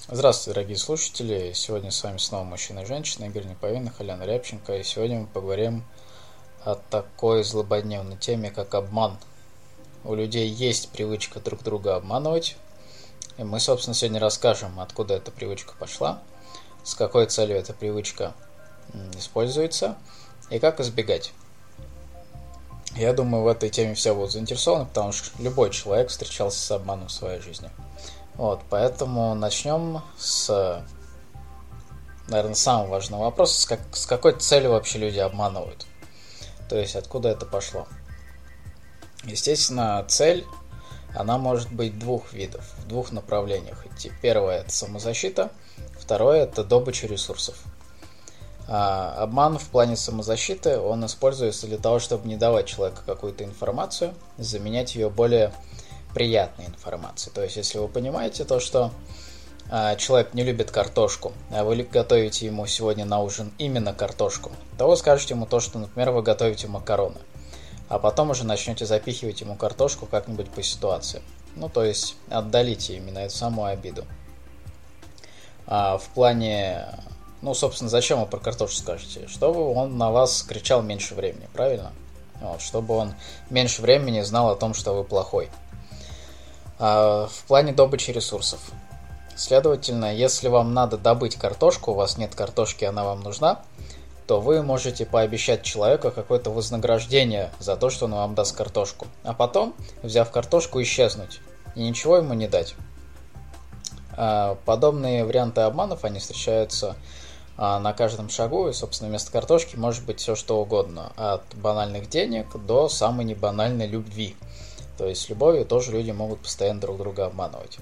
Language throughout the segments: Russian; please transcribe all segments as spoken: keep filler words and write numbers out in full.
Здравствуйте, дорогие слушатели! Сегодня с вами снова мужчина и женщина, Игорь Неповинных, Алена Рябченко. И сегодня мы поговорим о такой злободневной теме, как обман. У людей есть привычка друг друга обманывать. И мы, собственно, сегодня расскажем, откуда эта привычка пошла, с какой целью эта привычка используется и как избегать. Я думаю, в этой теме все будут заинтересованы, потому что любой человек встречался с обманом в своей жизни. Вот, поэтому начнем с, наверное, самого важного вопроса, с, как, с какой целью вообще люди обманывают. То есть, откуда это пошло. Естественно, цель, она может быть двух видов, в двух направлениях идти. Первое – это самозащита, второе – это добыча ресурсов. А обман в плане самозащиты, он используется для того, чтобы не давать человеку какую-то информацию, заменять ее более приятной информацией. То есть, если вы понимаете то, что а, человек не любит картошку, а вы готовите ему сегодня на ужин именно картошку, то вы скажете ему то, что, например, вы готовите макароны, а потом уже начнете запихивать ему картошку как-нибудь по ситуации. Ну, то есть, отдалите именно эту самую обиду. А в плане... Ну, собственно, зачем вы про картошку скажете? Чтобы он на вас кричал меньше времени, правильно? Вот, чтобы он меньше времени знал о том, что вы плохой. А в плане добычи ресурсов. Следовательно, если вам надо добыть картошку, у вас нет картошки, она вам нужна, то вы можете пообещать человеку какое-то вознаграждение за то, что он вам даст картошку. А потом, взяв картошку, исчезнуть и ничего ему не дать. Подобные варианты обманов, они встречаются на каждом шагу, и, собственно, вместо картошки может быть все что угодно, от банальных денег до самой небанальной любви. То есть с любовью тоже люди могут постоянно друг друга обманывать.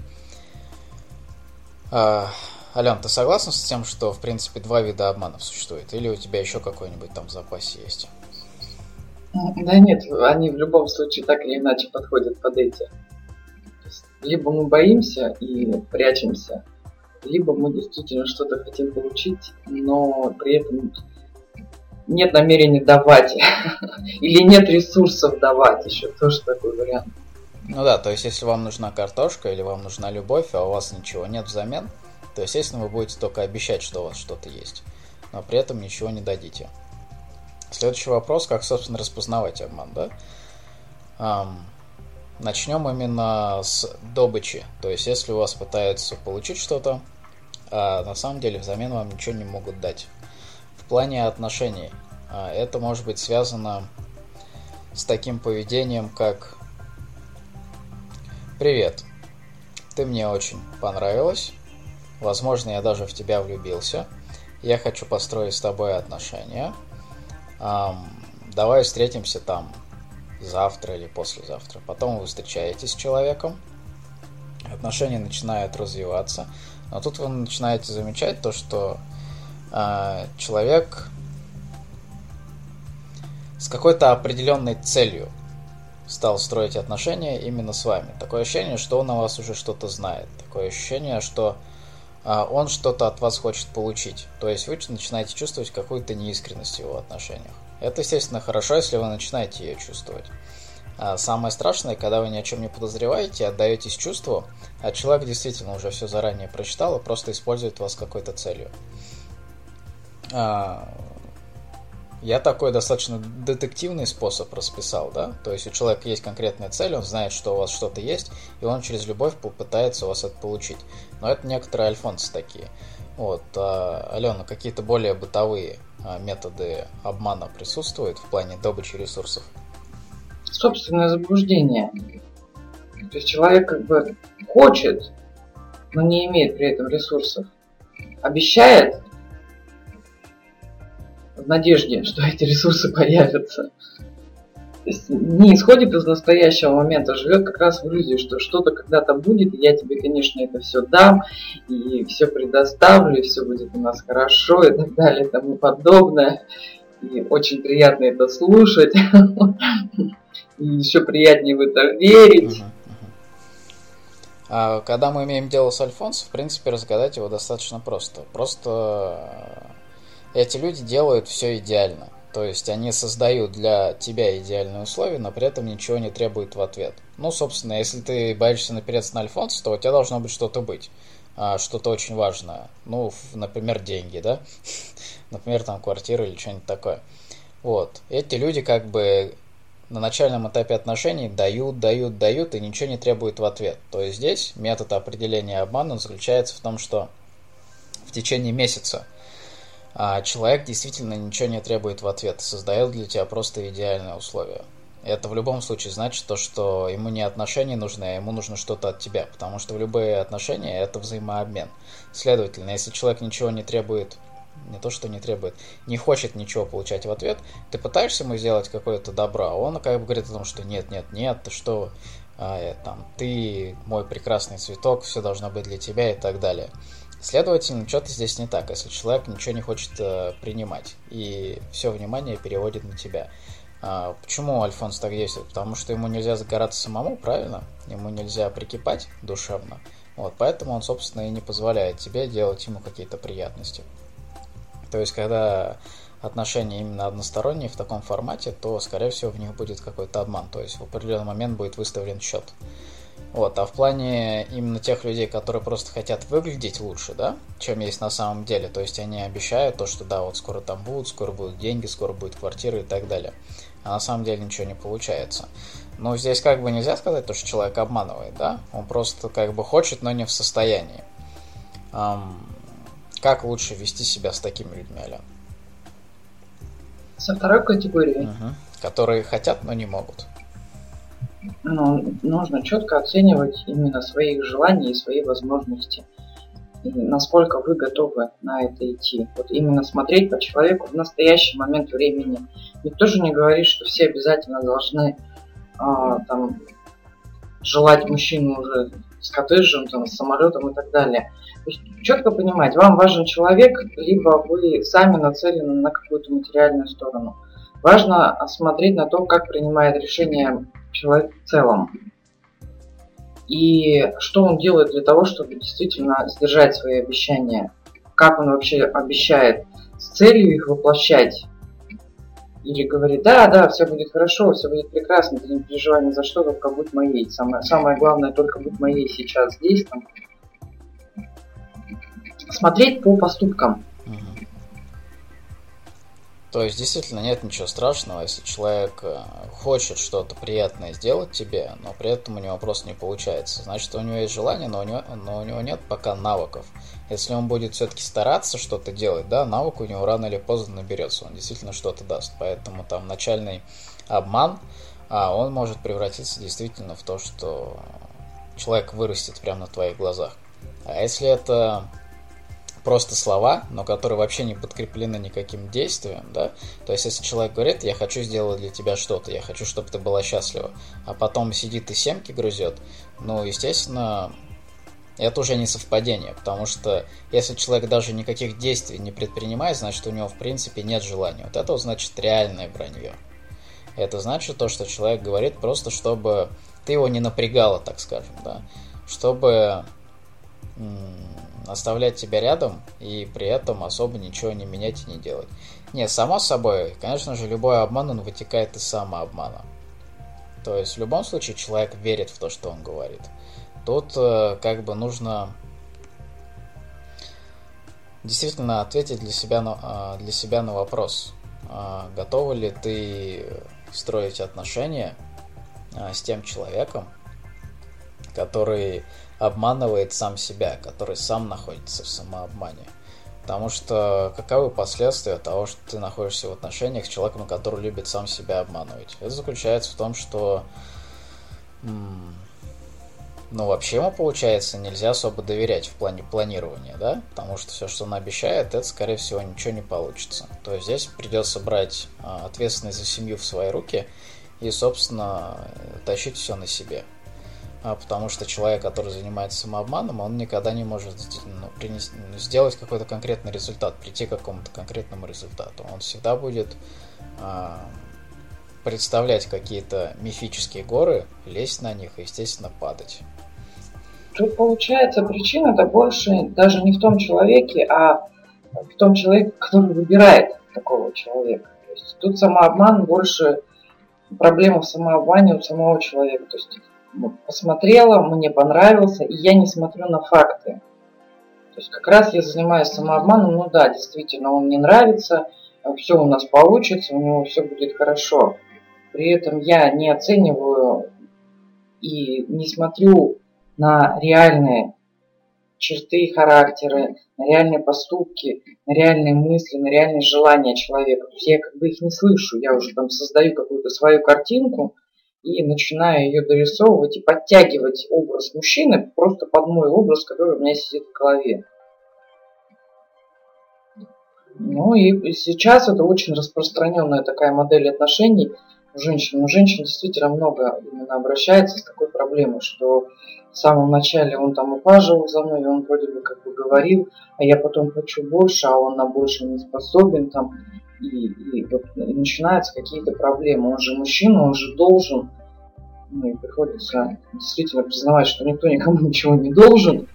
А, Ален, ты согласна с тем, что, в принципе, два вида обманов существует? Или у тебя еще какой-нибудь там в запасе есть? Да нет, они в любом случае так или иначе подходят под эти. Либо мы боимся и прячемся, либо мы действительно что-то хотим получить, но при этом нет намерения давать, или нет ресурсов давать, еще тоже такой вариант. Ну да, то есть если вам нужна картошка или вам нужна любовь, а у вас ничего нет взамен, то, естественно, вы будете только обещать, что у вас что-то есть, но при этом ничего не дадите. Следующий вопрос, как, собственно, распознавать обман, да? Um, начнем именно с добычи, то есть если у вас пытаются получить что-то, а на самом деле взамен вам ничего не могут дать. В плане отношений это может быть связано с таким поведением, как: «Привет, ты мне очень понравилась, возможно, я даже в тебя влюбился, я хочу построить с тобой отношения, давай встретимся там завтра или послезавтра». Потом вы встречаетесь с человеком, отношения начинают развиваться, но тут вы начинаете замечать то, что э, человек с какой-то определенной целью стал строить отношения именно с вами. Такое ощущение, что он о вас уже что-то знает. Такое ощущение, что э, он что-то от вас хочет получить. То есть вы начинаете чувствовать какую-то неискренность в его отношениях. Это, естественно, хорошо, если вы начинаете ее чувствовать. А самое страшное, когда вы ни о чем не подозреваете, отдаетесь чувству, а человек действительно уже все заранее прочитал и просто использует вас какой-то целью. А, я такой достаточно детективный способ расписал, да? То есть у человека есть конкретная цель, он знает, что у вас что-то есть, и он через любовь попытается у вас это получить. Но это некоторые альфонсы такие. Вот, а, Алена, какие-то более бытовые а, методы обмана присутствуют в плане добычи ресурсов? Собственное заблуждение. То есть человек как бы хочет, но не имеет при этом ресурсов. Обещает в надежде, что эти ресурсы появятся. То есть не исходит из настоящего момента, живет как раз в иллюзии, что что-то когда-то будет, и я тебе, конечно, это все дам, и все предоставлю, и все будет у нас хорошо, и так далее, и тому подобное. И очень приятно это слушать. И еще приятнее в это верить. Uh-huh, uh-huh. А когда мы имеем дело с альфонсом, в принципе, разгадать его достаточно просто. Просто эти люди делают все идеально. То есть они создают для тебя идеальные условия, но при этом ничего не требуют в ответ. Ну, собственно, если ты боишься напереться на альфонса, то у тебя должно быть что-то быть. а, что-то очень важное. Ну, например, деньги, да? Например, там квартира или что-нибудь такое. Вот. Эти люди как бы на начальном этапе отношений дают, дают, дают и ничего не требуют в ответ. То есть здесь метод определения обмана заключается в том, что в течение месяца а, человек действительно ничего не требует в ответ, создает для тебя просто идеальные условия. Это в любом случае значит то, что ему не отношения нужны, а ему нужно что-то от тебя, потому что в любые отношения это взаимообмен. Следовательно, если человек ничего не требует, не то что не требует, не хочет ничего получать в ответ, ты пытаешься ему сделать какое-то добро, а он как бы говорит о том, что нет, нет, нет, ты что, а, там, ты мой прекрасный цветок, все должно быть для тебя и так далее. Следовательно, что-то здесь не так, если человек ничего не хочет э, принимать и все внимание переводит на тебя. А, почему Альфонс так действует? Потому что ему нельзя загораться самому, правильно? Ему нельзя прикипать душевно. Вот, поэтому он, собственно, и не позволяет тебе делать ему какие-то приятности. То есть, когда отношения именно односторонние в таком формате, то, скорее всего, в них будет какой-то обман. То есть, в определенный момент будет выставлен счет. Вот, а в плане именно тех людей, которые просто хотят выглядеть лучше, да, чем есть на самом деле, то есть они обещают то, что да, вот скоро там будут, скоро будут деньги, скоро будет квартира и так далее, а на самом деле ничего не получается. Но здесь как бы нельзя сказать то, что человек обманывает, да, он просто как бы хочет, но не в состоянии. Эм, как лучше вести себя с такими людьми, Ален? Со второй категорией. Угу. Которые хотят, но не могут. Ну, нужно четко оценивать именно свои желания и свои возможности. И насколько вы готовы на это идти. Вот именно смотреть по человеку в настоящий момент времени. Никто же не говорит, что все обязательно должны а, там, желать мужчину уже с коттеджем, там, с самолетом и так далее. То есть четко понимать, вам важен человек, либо вы сами нацелены на какую-то материальную сторону. Важно смотреть на то, как принимает решение человек в целом. И что он делает для того, чтобы действительно сдержать свои обещания. Как он вообще обещает, с целью их воплощать. Или говорит, да, да, все будет хорошо, все будет прекрасно, ты не переживай ни за что, только будь моей. Самое, самое главное, только будь моей сейчас здесь. Там. Смотреть по поступкам. То есть, действительно, нет ничего страшного, если человек хочет что-то приятное сделать тебе, но при этом у него просто не получается. Значит, у него есть желание, но у него, но у него нет пока навыков. Если он будет все-таки стараться что-то делать, да, навык у него рано или поздно наберется, он действительно что-то даст. Поэтому там начальный обман, а он может превратиться действительно в то, что человек вырастет прямо на твоих глазах. А если это просто слова, но которые вообще не подкреплены никаким действием, да, то есть если человек говорит, я хочу сделать для тебя что-то, я хочу, чтобы ты была счастлива, а потом сидит и семки грызет, ну, естественно, это уже не совпадение, потому что если человек даже никаких действий не предпринимает, значит, у него, в принципе, нет желания. Вот это вот значит реальное вранье. Это значит то, что человек говорит просто, чтобы ты его не напрягала, так скажем, да, чтобы оставлять тебя рядом и при этом особо ничего не менять и не делать. Не, само собой, конечно же, любой обман, он вытекает из самообмана. То есть в любом случае человек верит в то, что он говорит. Тут э, как бы нужно действительно ответить для себя на, э, для себя на вопрос, э, готова ли ты строить отношения э, с тем человеком, который обманывает сам себя, который сам находится в самообмане. Потому что каковы последствия того, что ты находишься в отношениях с человеком, который любит сам себя обманывать? Это заключается в том, что м- ну, вообще ему, получается, нельзя особо доверять в плане планирования, да? Потому что все, что он обещает, это, скорее всего, ничего не получится. То есть здесь придется брать а, ответственность за семью в свои руки и, собственно, тащить все на себе. Потому что человек, который занимается самообманом, он никогда не может ну, принести, сделать какой-то конкретный результат, прийти к какому-то конкретному результату. Он всегда будет э, представлять какие-то мифические горы, лезть на них и, естественно, падать. Тут получается причина-то больше даже не в том человеке, а в том человеке, который выбирает такого человека. То есть тут самообман больше проблема в самообмане у самого человека. То есть посмотрела, мне понравился, и я не смотрю на факты. То есть как раз я занимаюсь самообманом, ну да, действительно, он мне нравится, все у нас получится, у него все будет хорошо. При этом я не оцениваю и не смотрю на реальные черты характера, на реальные поступки, на реальные мысли, на реальные желания человека. То есть я как бы их не слышу, я уже там создаю какую-то свою картинку и начинаю ее дорисовывать и подтягивать образ мужчины просто под мой образ, который у меня сидит в голове. Ну и сейчас это очень распространенная такая модель отношений у женщин. У женщин действительно много именно обращается с такой проблемой, что в самом начале он там ухаживал за мной, и он вроде бы как бы говорил, а я потом хочу больше, а он на больше не способен там. И, и вот и начинаются какие-то проблемы. Он же мужчина, он же должен. Ну и приходится действительно признавать, что никто никому ничего не должен.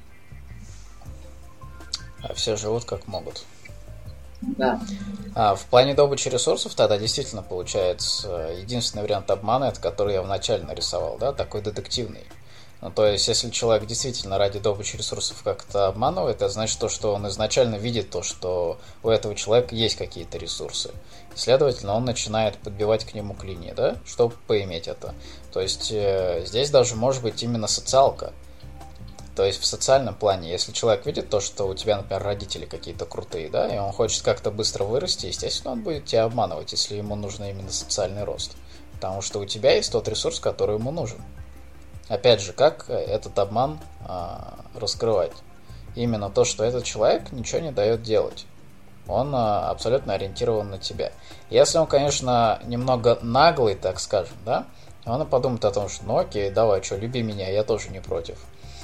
А все живут как могут. Да. А в плане добычи ресурсов тогда действительно получается единственный вариант обмана, это который я вначале нарисовал, да, такой детективный. Ну, то есть, если человек действительно ради добычи ресурсов как-то обманывает, это значит то, что он изначально видит то, что у этого человека есть какие-то ресурсы. Следовательно, он начинает подбивать к нему клинья, да, чтобы поиметь это. То есть, э, здесь даже может быть именно социалка. То есть в социальном плане, если человек видит то, что у тебя, например, родители какие-то крутые, да, и он хочет как-то быстро вырасти, естественно, он будет тебя обманывать, если ему нужен именно социальный рост. Потому что у тебя есть тот ресурс, который ему нужен. Опять же, как этот обман а, раскрывать? Именно то, что этот человек ничего не дает делать. Он а, абсолютно ориентирован на тебя. Если он, конечно, немного наглый, так скажем, да, он подумает о том, что ну окей, давай, что, люби меня, я тоже не против.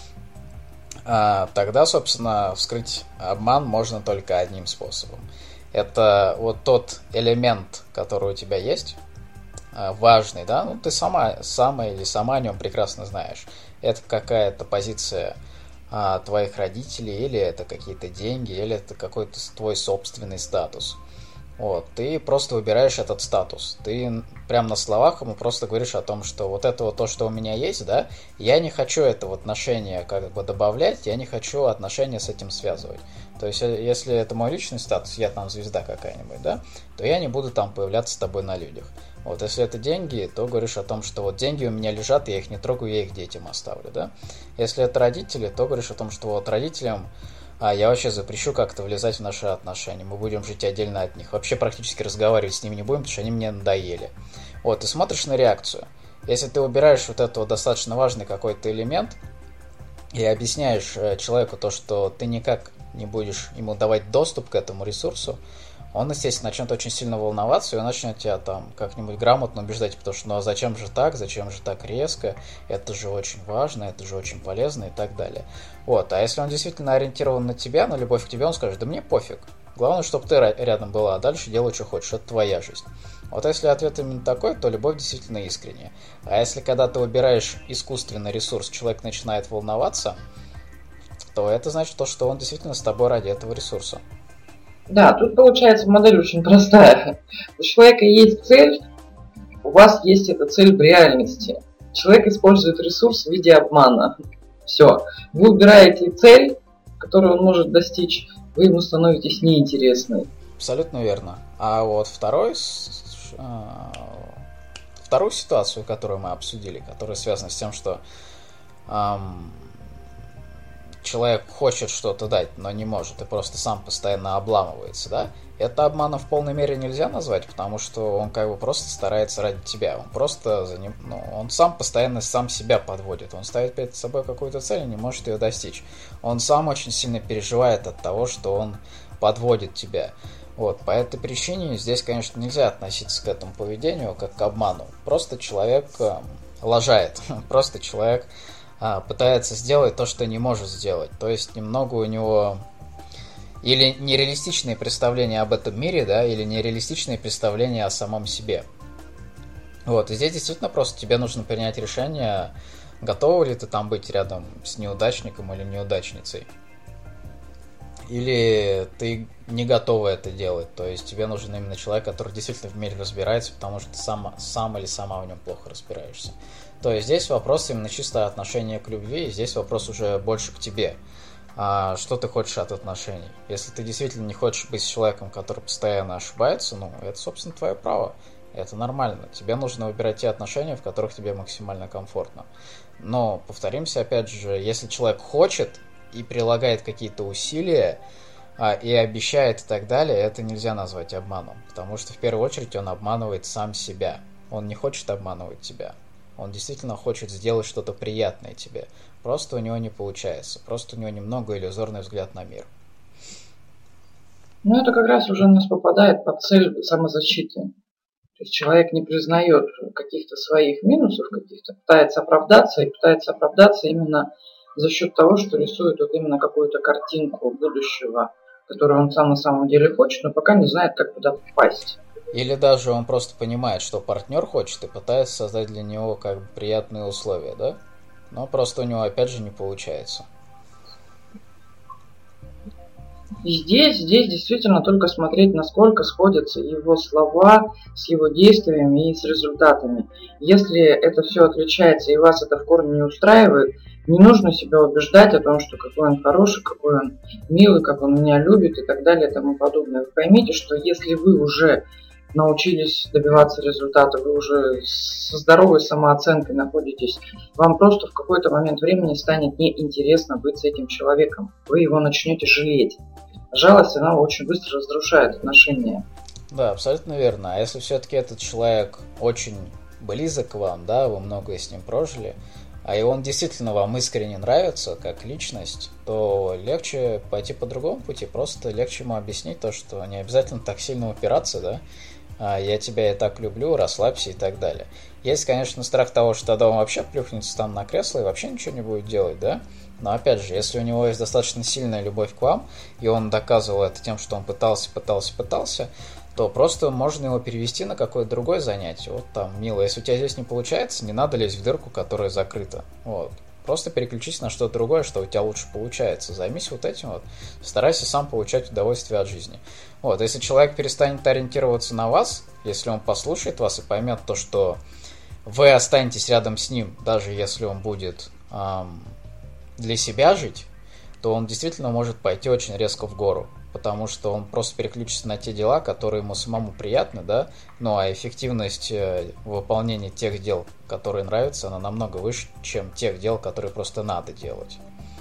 Тогда, собственно, вскрыть обман можно только одним способом. Это вот тот элемент, который у тебя есть, важный, да, ну ты сама, сама или сама о нем прекрасно знаешь. Это какая-то позиция а, твоих родителей, или это какие-то деньги, или это какой-то твой собственный статус. Вот, ты просто выбираешь этот статус. Ты прям на словах ему просто говоришь о том, что вот это вот то, что у меня есть, да, я не хочу это в отношения как бы добавлять, я не хочу отношения с этим связывать. То есть, если это мой личный статус, я там звезда какая-нибудь, да, то я не буду там появляться с тобой на людях. Вот, если это деньги, то говоришь о том, что вот деньги у меня лежат, я их не трогаю, я их детям оставлю, да. Если это родители, то говоришь о том, что вот родителям а я вообще запрещу как-то влезать в наши отношения. Мы будем жить отдельно от них. Вообще практически разговаривать с ними не будем, потому что они мне надоели. Вот, ты смотришь на реакцию. Если ты убираешь вот этот достаточно важный какой-то элемент и объясняешь человеку то, что ты никак не будешь ему давать доступ к этому ресурсу, он, естественно, начнет очень сильно волноваться, и он начнет тебя там как-нибудь грамотно убеждать, потому что ну а зачем же так, зачем же так резко, это же очень важно, это же очень полезно и так далее. Вот, а если он действительно ориентирован на тебя, на любовь к тебе, он скажет, да мне пофиг, главное, чтобы ты рядом была, а дальше делай, что хочешь, это твоя жизнь. Вот если ответ именно такой, то любовь действительно искренняя. А если когда ты выбираешь искусственный ресурс, человек начинает волноваться, то это значит то, что он действительно с тобой ради этого ресурса. Да, тут получается модель очень простая. У человека есть цель, у вас есть эта цель в реальности. Человек использует ресурс в виде обмана. Все. Вы убираете цель, которую он может достичь, вы ему становитесь неинтересны. Абсолютно верно. А вот второй, вторую ситуацию, которую мы обсудили, которая связана с тем, что эм, человек хочет что-то дать, но не может, и просто сам постоянно обламывается, да? Это обманом в полной мере нельзя назвать, потому что он как бы просто старается ради тебя. Он просто за ним, ну, он сам постоянно сам себя подводит. Он ставит перед собой какую-то цель и не может ее достичь. Он сам очень сильно переживает от того, что он подводит тебя. Вот, по этой причине здесь, конечно, нельзя относиться к этому поведению как к обману. Просто человек э, лажает. Просто человек э, пытается сделать то, что не может сделать. То есть немного у него или нереалистичные представления об этом мире, да, или нереалистичные представления о самом себе. Вот, и здесь действительно просто тебе нужно принять решение, готова ли ты там быть рядом с неудачником или неудачницей. Или ты не готова это делать, то есть тебе нужен именно человек, который действительно в мире разбирается, потому что ты сам, сам или сама в нем плохо разбираешься. То есть здесь вопрос именно чисто отношения к любви, и здесь вопрос уже больше к тебе. а, что ты хочешь от отношений. Если ты действительно не хочешь быть с человеком, который постоянно ошибается, ну, это, собственно, твое право. Это нормально. Тебе нужно выбирать те отношения, в которых тебе максимально комфортно. Но, повторимся, опять же, если человек хочет и прилагает какие-то усилия, а, и обещает и так далее, это нельзя назвать обманом. Потому что, в первую очередь, он обманывает сам себя. Он не хочет обманывать тебя. Он действительно хочет сделать что-то приятное тебе. Просто у него не получается. Просто у него немного иллюзорный взгляд на мир. Ну, это как раз уже у нас попадает под цель самозащиты. То есть человек не признает каких-то своих минусов, каких-то, пытается оправдаться, и пытается оправдаться именно за счет того, что рисует вот именно какую-то картинку будущего, которую он сам на самом деле хочет, но пока не знает, как туда попасть. Или даже он просто понимает, что партнер хочет, и пытается создать для него как бы приятные условия, да? Но просто у него опять же не получается. И здесь, здесь действительно только смотреть, насколько сходятся его слова с его действиями и с результатами. Если это все отличается и вас это в корне не устраивает, не нужно себя убеждать о том, что какой он хороший, какой он милый, как он меня любит и так далее и тому подобное. Вы поймите, что если вы уже научились добиваться результата, вы уже со здоровой самооценкой находитесь, вам просто в какой-то момент времени станет неинтересно быть с этим человеком. Вы его начнете жалеть. Жалость, она очень быстро разрушает отношения. Да, абсолютно верно. А если все-таки этот человек очень близок к вам, да, вы многое с ним прожили, а и он действительно вам искренне нравится как личность, то легче пойти по другому пути, просто легче ему объяснить то, что не обязательно так сильно упираться, да, а я тебя и так люблю, расслабься и так далее. Есть, конечно, страх того, что тогда он вообще плюхнется там на кресло и вообще ничего не будет делать, да, но опять же, если у него есть достаточно сильная любовь к вам, и он доказывал это тем, что он пытался, пытался, пытался, то просто можно его перевести на какое-то другое занятие. Вот там, мило, если у тебя здесь не получается, не надо лезть в дырку, которая закрыта. Вот. Просто переключись на что-то другое, что у тебя лучше получается. Займись вот этим вот. Старайся сам получать удовольствие от жизни. Вот. Если человек перестанет ориентироваться на вас, если он послушает вас и поймет то, что вы останетесь рядом с ним, даже если он будет эм, для себя жить, то он действительно может пойти очень резко в гору. Потому что он просто переключится на те дела, которые ему самому приятны, да, ну а эффективность выполнения тех дел, которые нравятся, она намного выше, чем тех дел, которые просто надо делать.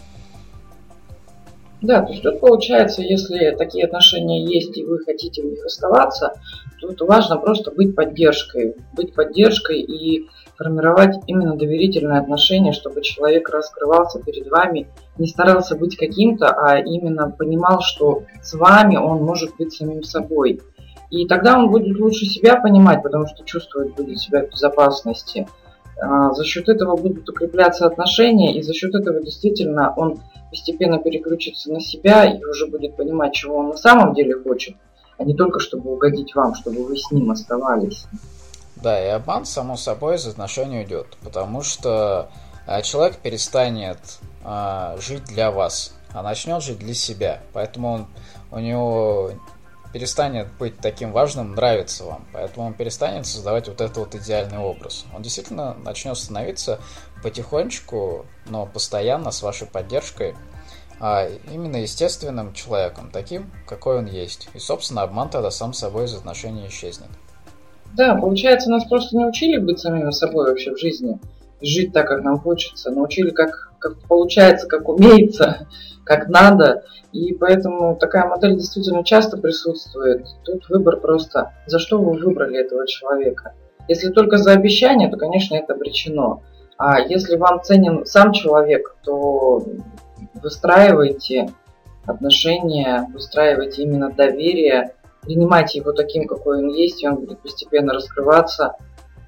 Да, то есть тут получается, если такие отношения есть и вы хотите в них оставаться, тут важно просто быть поддержкой, быть поддержкой и формировать именно доверительные отношения, чтобы человек раскрывался перед вами, не старался быть каким-то, а именно понимал, что с вами он может быть самим собой. И тогда он будет лучше себя понимать, потому что чувствовать будет себя в безопасности. А за счет этого будут укрепляться отношения, и за счет этого действительно он постепенно переключится на себя и уже будет понимать, чего он на самом деле хочет, а не только чтобы угодить вам, чтобы вы с ним оставались. Да, и обман, само собой, из отношений уйдет, потому что человек перестанет а, жить для вас, а начнет жить для себя. Поэтому он, у него перестанет быть таким важным, нравиться вам. Поэтому он перестанет создавать вот этот вот идеальный образ. Он действительно начнет становиться потихонечку, но постоянно с вашей поддержкой, а именно естественным человеком, таким, какой он есть. И, собственно, обман тогда сам собой из отношений исчезнет. Да, получается, нас просто не учили быть самими собой вообще в жизни. Жить так, как нам хочется. Научили, как, как получается, как умеется, как надо. И поэтому такая модель действительно часто присутствует. Тут выбор просто, за что вы выбрали этого человека. Если только за обещание, то, конечно, это обречено. А если вам ценен сам человек, то выстраивайте отношения, выстраивайте именно доверие, принимайте его таким, какой он есть, и он будет постепенно раскрываться,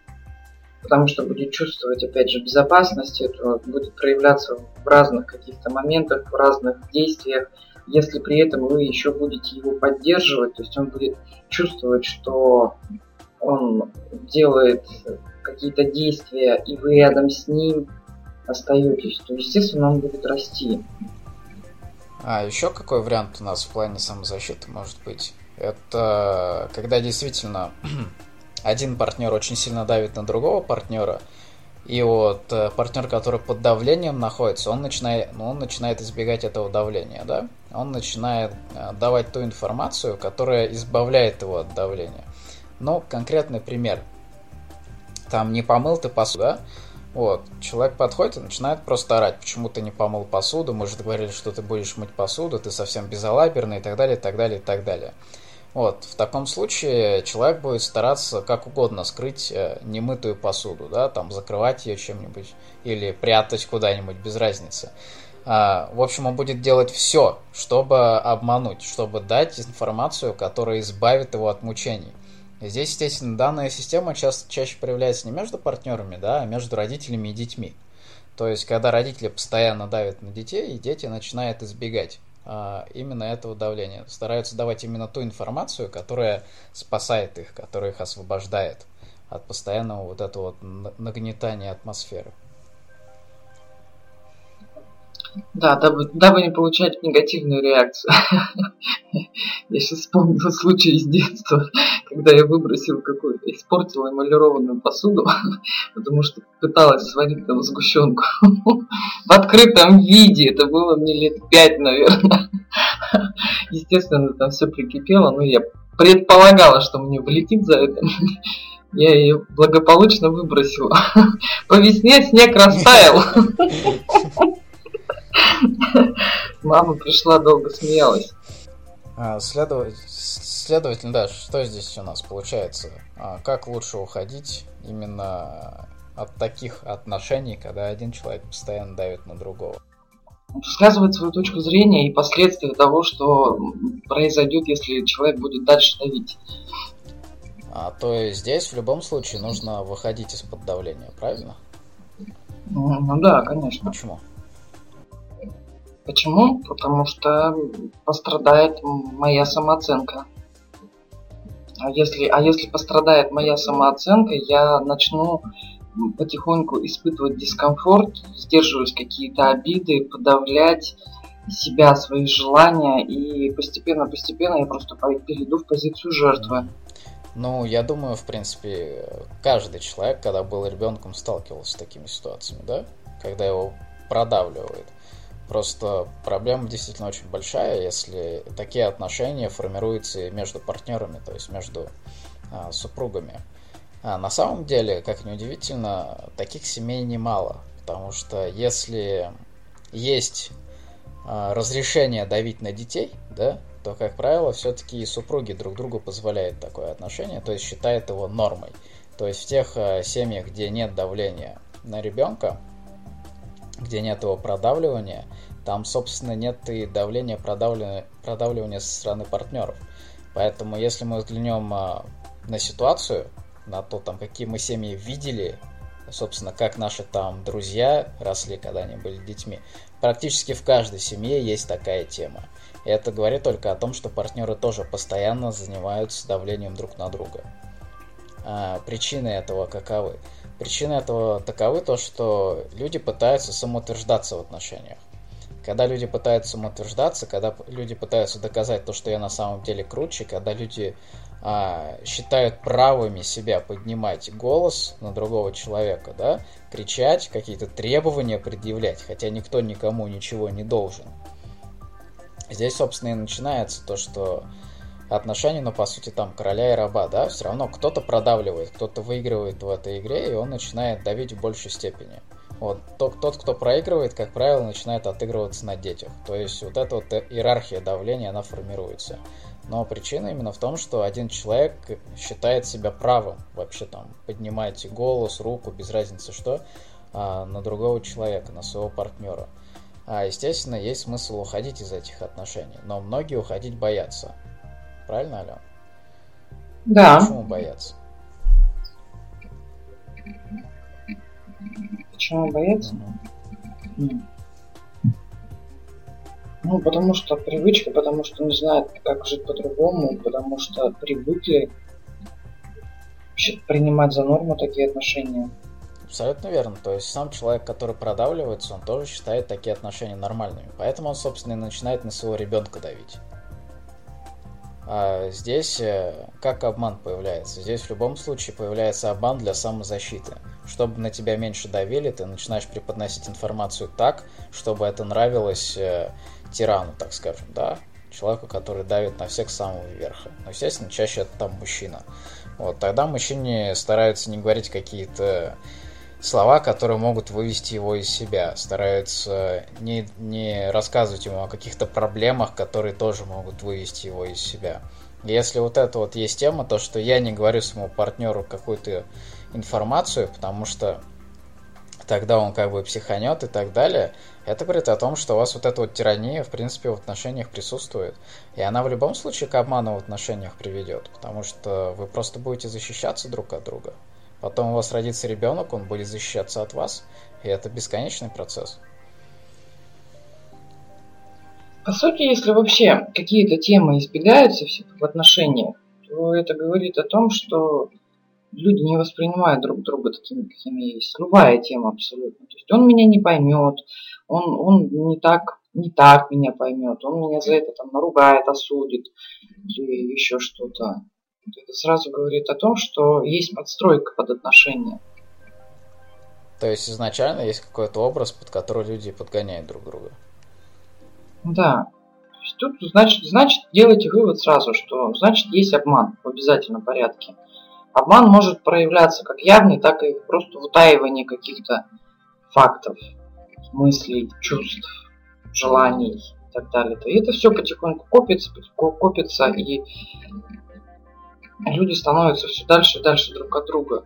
потому что будет чувствовать, опять же, безопасность, это будет проявляться в разных каких-то моментах, в разных действиях. Если при этом вы еще будете его поддерживать, то есть он будет чувствовать, что он делает какие-то действия, и вы рядом с ним остаетесь, то, естественно, он будет расти. А еще какой вариант у нас в плане самозащиты может быть? Это когда действительно один партнер очень сильно давит на другого партнера, И вот э, партнер, который под давлением находится, он начинает, ну, он начинает избегать этого давления, да? Он начинает э, давать ту информацию, которая избавляет его от давления. Ну, конкретный пример. Там не помыл ты посуду, да? Вот, человек подходит и начинает просто орать, почему ты не помыл посуду, мы же договорились, что ты будешь мыть посуду, ты совсем безалаберный и так далее, и так далее, и так далее. Вот, в таком случае человек будет стараться как угодно скрыть э, немытую посуду, да, там закрывать ее чем-нибудь или прятать куда-нибудь, без разницы. А, в общем, он будет делать все, чтобы обмануть, чтобы дать информацию, которая избавит его от мучений. И здесь, естественно, данная система часто, чаще проявляется не между партнерами, да, а между родителями и детьми. То есть, когда родители постоянно давят на детей, и дети начинают избегать а, именно этого давления. Стараются давать именно ту информацию, которая спасает их, которая их освобождает от постоянного вот этого вот нагнетания атмосферы. Да, дабы, дабы не получать негативную реакцию. Я сейчас вспомнила случай из детства, когда я выбросила какую-то, испортила эмалированную посуду, потому что пыталась сварить там сгущенку в открытом виде. Это было мне лет пять, наверное. Естественно, там все прикипело, но я предполагала, что мне влетит за это. Я ее благополучно выбросила. По весне снег растаял. Мама пришла, долго смеялась. А, следователь, следовательно, да, что здесь у нас получается? А, как лучше уходить именно от таких отношений, когда один человек постоянно давит на другого? Высказывать свою точку зрения и последствия того, что произойдет, если человек будет дальше давить. А, то есть здесь в любом случае нужно выходить из-под давления, правильно? Ну, ну да, конечно. Почему? Почему? Потому что пострадает моя самооценка. А если, а если пострадает моя самооценка, я начну потихоньку испытывать дискомфорт, сдерживать какие-то обиды, подавлять себя, свои желания, и постепенно-постепенно я просто перейду в позицию жертвы. Ну, я думаю, в принципе, каждый человек, когда был ребенком, сталкивался с такими ситуациями, да? Когда его продавливают. Просто проблема действительно очень большая, если такие отношения формируются между партнерами, то есть между а, супругами. А на самом деле, как ни удивительно, таких семей немало, потому что если есть а, разрешение давить на детей, да, то, как правило, все-таки и супруги друг другу позволяют такое отношение, то есть считают его нормой. То есть в тех а, семьях, где нет давления на ребенка, где нет его продавливания, там, собственно, нет и давления, продавливания, продавливания со стороны партнеров. Поэтому, если мы взглянем а, на ситуацию, на то, там, какие мы семьи видели, собственно, как наши там друзья росли, когда они были детьми, практически в каждой семье есть такая тема. И это говорит только о том, что партнеры тоже постоянно занимаются давлением друг на друга. А, причины этого каковы? Причины этого таковы то, что люди пытаются самоутверждаться в отношениях. Когда люди пытаются самоутверждаться, когда люди пытаются доказать то, что я на самом деле круче, когда люди а, считают правыми себя поднимать голос на другого человека, да, кричать, какие-то требования предъявлять, хотя никто никому ничего не должен. Здесь, собственно, и начинается то, что отношения, ну, по сути, там, короля и раба, да, все равно кто-то продавливает, кто-то выигрывает в этой игре, и он начинает давить в большей степени. Вот, тот, тот, кто проигрывает, как правило, начинает отыгрываться на детях. То есть вот эта вот иерархия давления, она формируется. Но причина именно в том, что один человек считает себя правым вообще там поднимать голос, руку, без разницы что, на другого человека, на своего партнера. А, естественно, есть смысл уходить из этих отношений, но многие уходить боятся. Правильно, Алена? Да. Почему боятся? Почему боятся? Угу. Ну, потому что привычка, потому что не знают, как жить по-другому, потому что привыкли принимать за норму такие отношения. Абсолютно верно. То есть сам человек, который продавливается, он тоже считает такие отношения нормальными. Поэтому он, собственно, и начинает на своего ребенка давить. А здесь как обман появляется? Здесь в любом случае появляется обман для самозащиты. Чтобы на тебя меньше давили, ты начинаешь преподносить информацию так, чтобы это нравилось э, тирану, так скажем, да, человеку, который давит на всех с самого верха. Но, естественно, чаще это там мужчина. Вот, тогда мужчине стараются не говорить какие-то слова, которые могут вывести его из себя. Стараются не, не рассказывать ему о каких-то проблемах, которые тоже могут вывести его из себя. Если вот это вот есть тема, то что я не говорю своему партнеру какую-то информацию, потому что тогда он как бы психанет и так далее, это говорит о том, что у вас вот эта вот тирания, в принципе, в отношениях присутствует. И она в любом случае к обману в отношениях приведет, потому что вы просто будете защищаться друг от друга. Потом у вас родится ребенок, он будет защищаться от вас, и это бесконечный процесс. По сути, если вообще какие-то темы избегаются в отношениях, то это говорит о том, что люди не воспринимают друг друга такими, какими есть. Любая тема абсолютно. То есть он меня не поймет, он, он не так, не так меня поймет, он меня за это там наругает, осудит или еще что-то. Это сразу говорит о том, что есть подстройка под отношения. То есть изначально есть какой-то образ, под который люди подгоняют друг друга. Да. То есть тут значит, значит делайте вывод сразу, что значит есть обман в обязательном порядке. Обман может проявляться как явный, так и просто в утаивании каких-то фактов, мыслей, чувств, желаний и так далее. И это все потихоньку копится, потихоньку копится, и люди становятся все дальше и дальше друг от друга.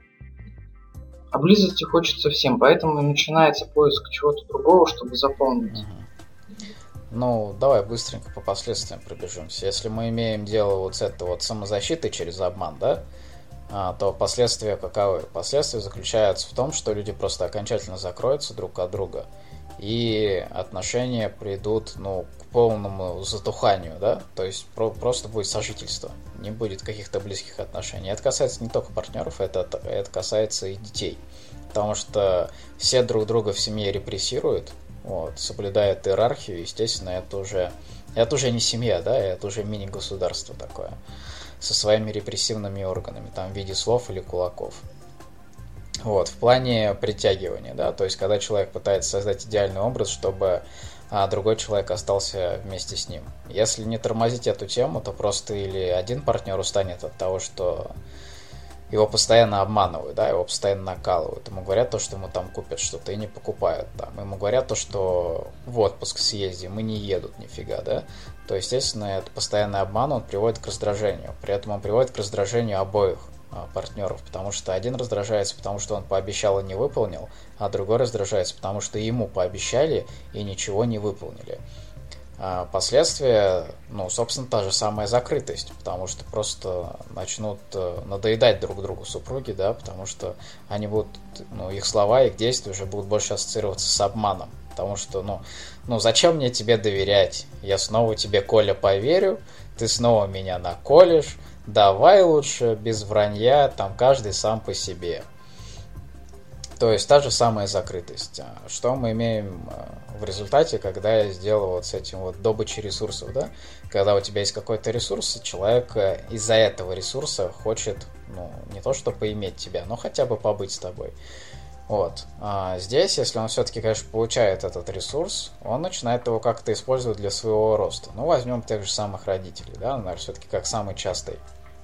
А близости хочется всем, поэтому начинается поиск чего-то другого, чтобы заполнить. Угу. Ну, давай быстренько по последствиям пробежимся. Если мы имеем дело вот с этой вот самозащитой через обман, да, то последствия каковы? Последствия заключаются в том, что люди просто окончательно закроются друг от друга, и отношения придут, ну, к полному затуханию, да, то есть про- просто будет сожительство, не будет каких-то близких отношений. Это касается не только партнеров, это, это касается и детей, потому что все друг друга в семье репрессируют, вот, соблюдают иерархию, естественно, это уже, это уже не семья, да, это уже мини-государство такое, со своими репрессивными органами, там, в виде слов или кулаков. Вот, в плане притягивания, да, то есть, когда человек пытается создать идеальный образ, чтобы а, другой человек остался вместе с ним. Если не тормозить эту тему, то просто или один партнер устанет от того, что его постоянно обманывают, да, его постоянно накалывают. Ему говорят то, что ему там купят что-то, и не покупают там. Ему говорят то, что в отпуск съездим, и не едут нифига, да. То, естественно, этот постоянный обман, он приводит к раздражению. При этом он приводит к раздражению обоих а, партнеров, потому что один раздражается, потому что он пообещал и не выполнил, а другой раздражается, потому что ему пообещали и ничего не выполнили. А последствия, ну, собственно, та же самая закрытость, потому что просто начнут надоедать друг другу супруги, да, потому что они будут, ну, их слова, их действия уже будут больше ассоциироваться с обманом, потому что, ну, ну, зачем мне тебе доверять? Я снова тебе, Коля, поверю, ты снова меня наколешь, давай лучше без вранья, там каждый сам по себе. То есть та же самая закрытость. Что мы имеем в результате, когда я сделал вот с этим вот добычей ресурсов, да? Когда у тебя есть какой-то ресурс, человек из-за этого ресурса хочет, ну, не то что поиметь тебя, но хотя бы побыть с тобой. Вот. А здесь, если он все-таки, конечно, получает этот ресурс, он начинает его как-то использовать для своего роста. Ну, возьмем тех же самых родителей, да, наверное, все-таки как самый частый.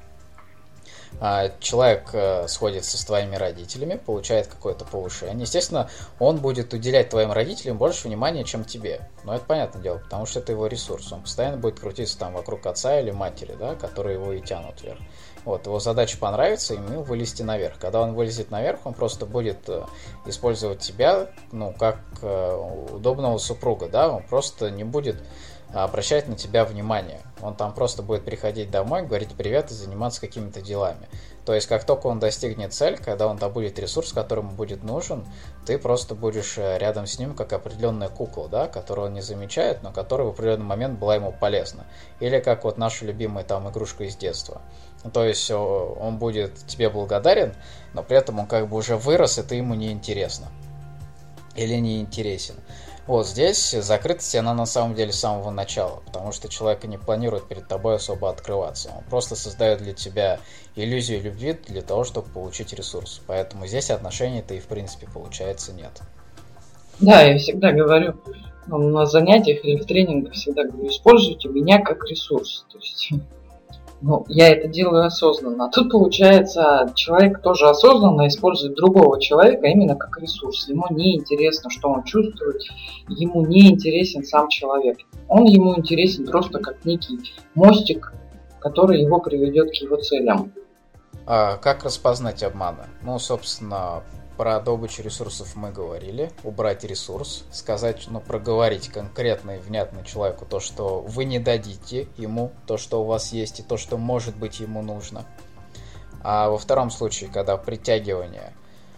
Человек сходится с твоими родителями, получает какое-то повышение. Естественно, он будет уделять твоим родителям больше внимания, чем тебе. Но это понятное дело, потому что это его ресурс. Он постоянно будет крутиться там вокруг отца или матери, да, которые его и тянут вверх. Вот, его задача понравится, ему вылезти наверх. Когда он вылезет наверх, он просто будет использовать тебя, ну, как удобного супруга, да, он просто не будет обращать на тебя внимание. Он там просто будет приходить домой, говорить привет и заниматься какими-то делами. То есть, как только он достигнет цель, когда он добудет ресурс, который ему будет нужен, ты просто будешь рядом с ним, как определенная кукла, да, которую он не замечает, но которая в определенный момент была ему полезна. Или как вот наша любимая там игрушка из детства. То есть, он будет тебе благодарен, но при этом он как бы уже вырос, и ты ему не интересна. Или не интересен. Вот здесь закрытость, она на самом деле с самого начала, потому что человек и не планирует перед тобой особо открываться. Он просто создает для тебя иллюзию любви для того, чтобы получить ресурс. Поэтому здесь отношений-то и в принципе получается нет. Да, я всегда говорю, на занятиях или в тренингах всегда говорю, используйте меня как ресурс. То есть, ну, я это делаю осознанно. А тут, получается, человек тоже осознанно использует другого человека именно как ресурс. Ему не интересно, что он чувствует, ему не интересен сам человек. Он ему интересен просто как некий мостик, который его приведет к его целям. А как распознать обманы? Ну, собственно, про добычу ресурсов мы говорили. Убрать ресурс, сказать, ну, проговорить конкретно и внятно человеку то, что вы не дадите ему, то, что у вас есть, и то, что может быть ему нужно. А во втором случае, когда притягивание,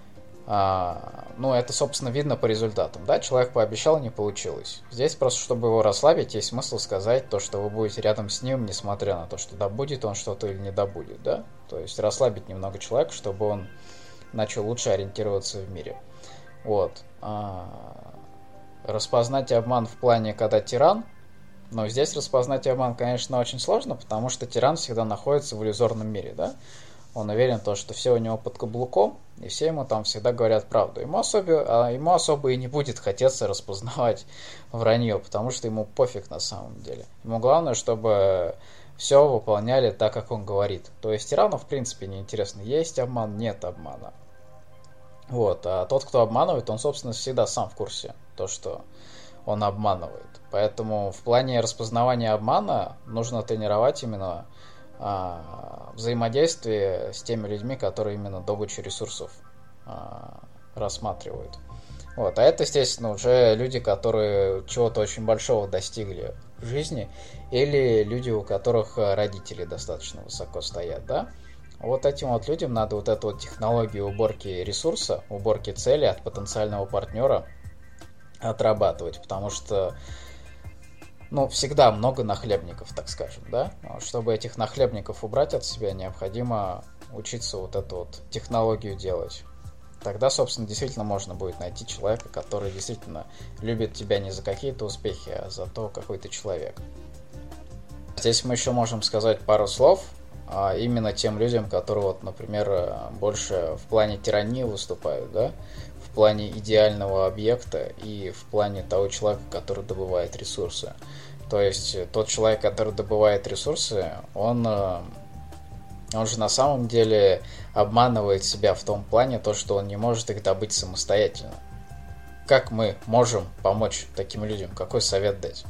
а, ну, это, собственно, видно по результатам, да, человек пообещал, не получилось. Здесь просто, чтобы его расслабить, есть смысл сказать то, что вы будете рядом с ним, несмотря на то, что добудет он что-то или не добудет, да. То есть расслабить немного человека, чтобы он начал лучше ориентироваться в мире. Вот. А, распознать обман в плане, когда тиран. Но здесь распознать обман, конечно, очень сложно, потому что тиран всегда находится в иллюзорном мире, да? Он уверен в том, что все у него под каблуком, и все ему там всегда говорят правду. Ему особо, а ему особо и не будет хотеться распознавать вранье, потому что ему пофиг на самом деле. Ему главное, чтобы все выполняли так, как он говорит. То есть тирану, в принципе, не интересно, есть обман, нет обмана. Вот. А тот, кто обманывает, он, собственно, всегда сам в курсе, то, что он обманывает. Поэтому в плане распознавания обмана нужно тренировать именно а, взаимодействие с теми людьми, которые именно добычу ресурсов а, рассматривают. Вот. А это, естественно, уже люди, которые чего-то очень большого достигли в жизни, или люди, у которых родители достаточно высоко стоят, да? Вот этим вот людям надо вот эту вот технологию уборки ресурса, уборки цели от потенциального партнера отрабатывать, потому что, ну, всегда много нахлебников, так скажем, да? Чтобы этих нахлебников убрать от себя, необходимо учиться вот эту вот технологию делать. Тогда, собственно, действительно можно будет найти человека, который действительно любит тебя не за какие-то успехи, а за то, какой ты человек. Здесь мы еще можем сказать пару слов а именно тем людям, которые, вот, например, больше в плане тирании выступают, да, в плане идеального объекта и в плане того человека, который добывает ресурсы. То есть тот человек, который добывает ресурсы, он, он же на самом деле обманывает себя в том плане, то, что он не может их добыть самостоятельно. Как мы можем помочь таким людям? Какой совет дать?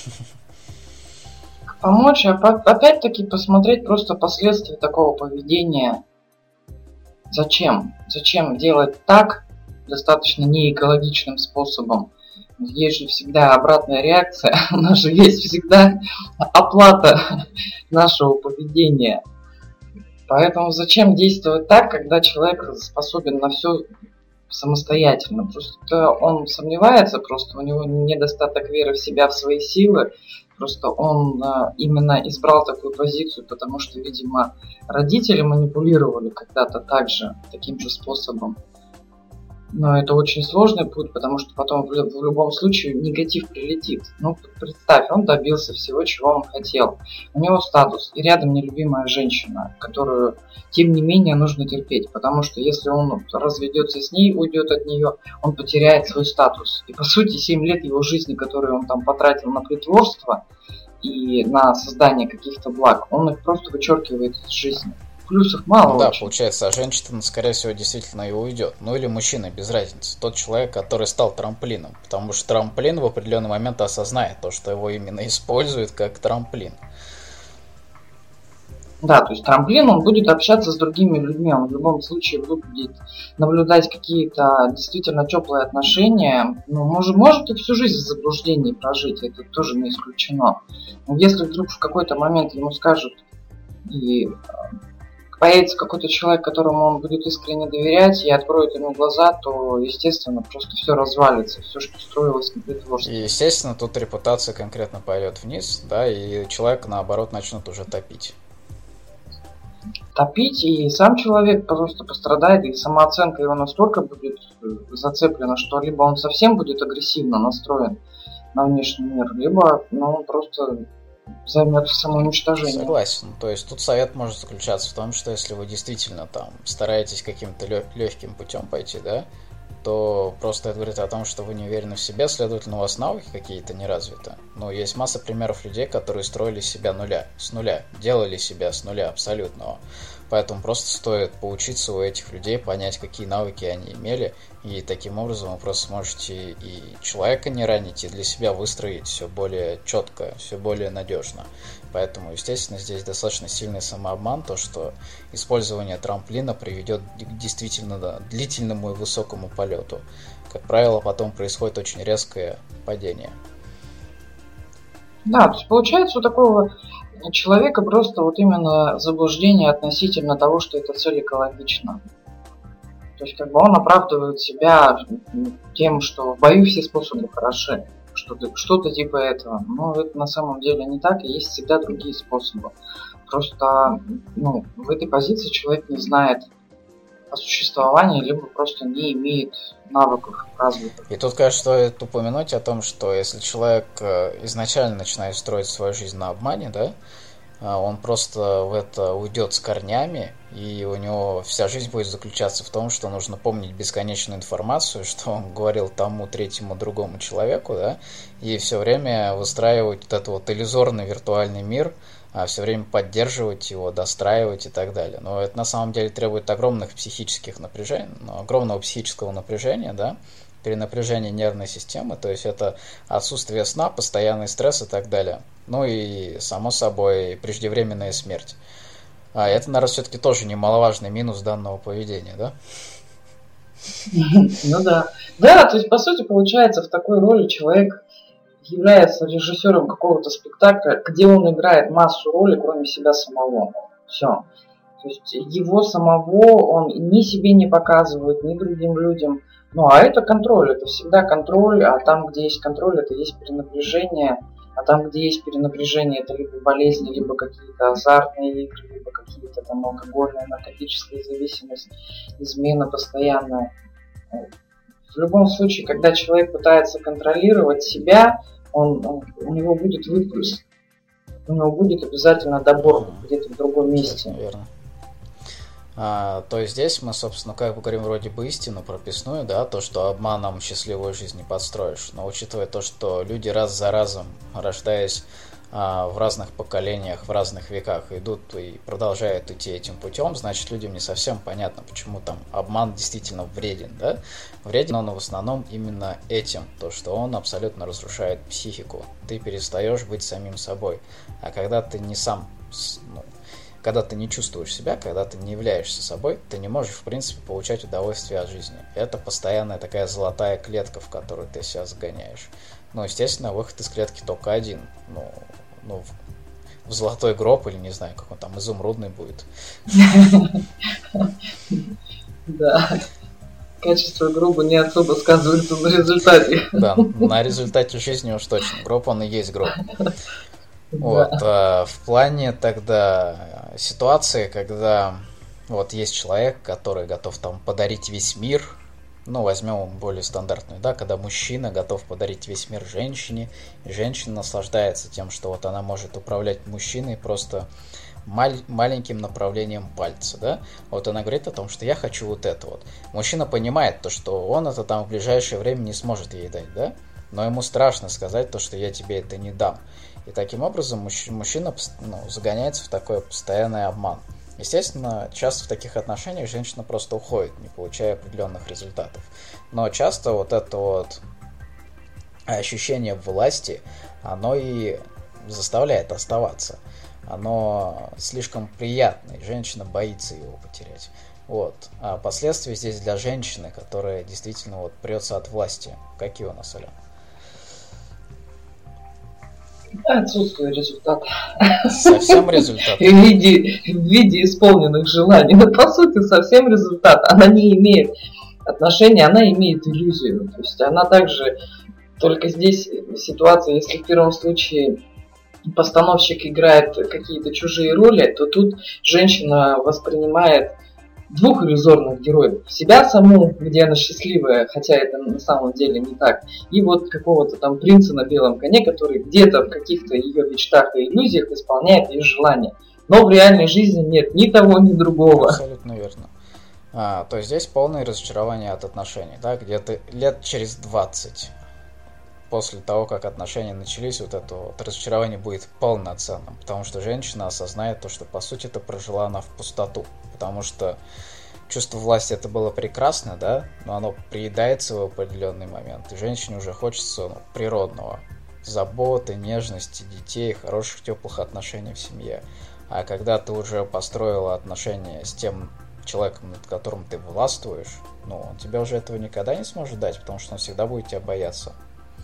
Помочь, а опять-таки посмотреть просто последствия такого поведения. Зачем? Зачем делать так достаточно неэкологичным способом? Есть же всегда обратная реакция, у нас же есть всегда оплата нашего поведения. Поэтому зачем действовать так, когда человек способен на все самостоятельно? Просто он сомневается, просто у него недостаток веры в себя, в свои силы. Просто он а, именно избрал такую позицию, потому что, видимо, родители манипулировали когда-то так же, таким же способом. Но это очень сложный путь, потому что потом в, в любом случае негатив прилетит. Ну, представь, он добился всего, чего он хотел. У него статус, и рядом нелюбимая женщина, которую, тем не менее, нужно терпеть. Потому что если он разведется с ней, уйдет от нее, он потеряет свой статус. И, по сути, семь лет его жизни, которые он там потратил на притворство и на создание каких-то благ, он их просто вычеркивает из жизни. Плюсов мало. Ну да, очень. Получается, а женщина, скорее всего, действительно и уйдет. Ну или мужчина, без разницы. Тот человек, который стал трамплином. Потому что трамплин в определенный момент осознает то, что его именно используют как трамплин. Да, то есть трамплин, он будет общаться с другими людьми, он в любом случае будет наблюдать какие-то действительно теплые отношения. Ну, может, может и всю жизнь в заблуждении прожить, это тоже не исключено. Но если вдруг в какой-то момент ему скажут и появится какой-то человек, которому он будет искренне доверять и откроет ему глаза, то, естественно, просто все развалится, все, что строилось на притворстве. И, естественно, тут репутация конкретно пойдет вниз, да, и человека, наоборот, начнут уже топить. топить, и сам человек просто пострадает, и самооценка его настолько будет зацеплена, что либо он совсем будет агрессивно настроен на внешний мир, либо ну, он просто займется самоуничтожением. Согласен. То есть тут совет может заключаться в том, что если вы действительно там стараетесь каким-то легким путем пойти, да, то просто это говорит о том, что вы не уверены в себе, следовательно, у вас навыки какие-то не развиты. Но есть масса примеров людей, которые строили себя нуля, с нуля, делали себя с нуля абсолютного. Поэтому просто стоит поучиться у этих людей, понять, какие навыки они имели, и таким образом вы просто сможете и человека не ранить, и для себя выстроить все более четко, все более надежно. Поэтому, естественно, здесь достаточно сильный самообман, то, что использование трамплина приведет к действительно да, длительному и высокому полету. Как правило, потом происходит очень резкое падение. Да, то есть получается у такого человека просто вот именно заблуждение относительно того, что эта цель экологична. То есть как бы он оправдывает себя тем, что в бою все способы хороши, что-то, что-то типа этого. Но это на самом деле не так, и есть всегда другие способы. Просто ну, в этой позиции человек не знает о существовании, либо просто не имеет навыков развитых. И тут, конечно, стоит упомянуть о том, что если человек изначально начинает строить свою жизнь на обмане, да, он просто в это уйдет с корнями, и у него вся жизнь будет заключаться в том, что нужно помнить бесконечную информацию, что он говорил тому, третьему, другому человеку, да, и все время выстраивать вот этот вот иллюзорный виртуальный мир, все время поддерживать его, достраивать и так далее. Но это на самом деле требует огромных психических напряжений, огромного психического напряжения, да, перенапряжение нервной системы, то есть это отсутствие сна, постоянный стресс и так далее. Ну и, само собой, преждевременная смерть. А это, наверное, все-таки тоже немаловажный минус данного поведения, да? Ну да. Да, то есть, по сути, получается, в такой роли человек является режиссером какого-то спектакля, где он играет массу ролей, кроме себя самого. Все. То есть его самого он ни себе не показывает, ни другим людям. Ну, а это контроль, это всегда контроль, а там, где есть контроль, это есть перенапряжение, а там, где есть перенапряжение, это либо болезни, либо какие-то азартные игры, либо какие-то там алкогольная, наркотическая зависимость, измена постоянная. В любом случае, когда человек пытается контролировать себя, он, он, у него будет выплеск, у него будет обязательно добор где-то в другом месте. Верно. А, то есть здесь мы, собственно, как бы говорим вроде бы истину прописную, да, то, что обманом счастливую жизнь не подстроишь. Но учитывая то, что люди раз за разом, рождаясь а, в разных поколениях, в разных веках, идут и продолжают идти этим путем, значит, людям не совсем понятно, почему там обман действительно вреден, да. Вреден он в основном именно этим, то, что он абсолютно разрушает психику. Ты перестаешь быть самим собой. А когда ты не сам, ну, когда ты не чувствуешь себя, когда ты не являешься собой, ты не можешь, в принципе, получать удовольствие от жизни. Это постоянная такая золотая клетка, в которую ты себя загоняешь. Ну, естественно, выход из клетки только один. Ну, ну в, в золотой гроб или, не знаю, как он там, изумрудный будет. Да. Качество гроба не особо сказывается на результате. Да, на результате жизни уж точно. Гроб, он и есть гроб. Вот, а в плане тогда ситуации, когда вот есть человек, который готов там подарить весь мир, ну, возьмем более стандартную, да, когда мужчина готов подарить весь мир женщине, и женщина наслаждается тем, что вот она может управлять мужчиной просто маль- маленьким направлением пальца, да, вот она говорит о том, что я хочу вот это вот. Мужчина понимает то, что он это там в ближайшее время не сможет ей дать, да, но ему страшно сказать то, что я тебе это не дам. И таким образом мужчина ну, загоняется в такой постоянный обман. Естественно, часто в таких отношениях женщина просто уходит, не получая определенных результатов. Но часто вот это вот ощущение власти, оно и заставляет оставаться. Оно слишком приятное, и женщина боится его потерять. Вот. А последствия здесь для женщины, которая действительно вот прется от власти. Какие у нас, Аля? Отсутствие результата. Совсем результат? В виде, в виде исполненных желаний. Но по сути совсем результат. Она не имеет отношения, она имеет иллюзию. То есть она также, только здесь ситуация, если в первом случае постановщик играет какие-то чужие роли, то тут женщина воспринимает двух иллюзорных героев. Себя саму, где она счастливая, хотя это на самом деле не так. И вот какого-то там принца на белом коне, который где-то в каких-то ее мечтах и иллюзиях исполняет ее желания. Но в реальной жизни нет ни того, ни другого. Абсолютно верно. А, то есть здесь полное разочарование от отношений, да, где-то лет через двадцать после того, как отношения начались, вот это вот разочарование будет полноценным, потому что женщина осознает то, что по сути это прожила она в пустоту, потому что чувство власти это было прекрасно, да, но оно приедается в определенный момент, и женщине уже хочется ну, природного, заботы, нежности, детей, хороших теплых отношений в семье. А когда ты уже построила отношения с тем человеком, над которым ты властвуешь, ну, он тебе уже этого никогда не сможет дать, потому что он всегда будет тебя бояться.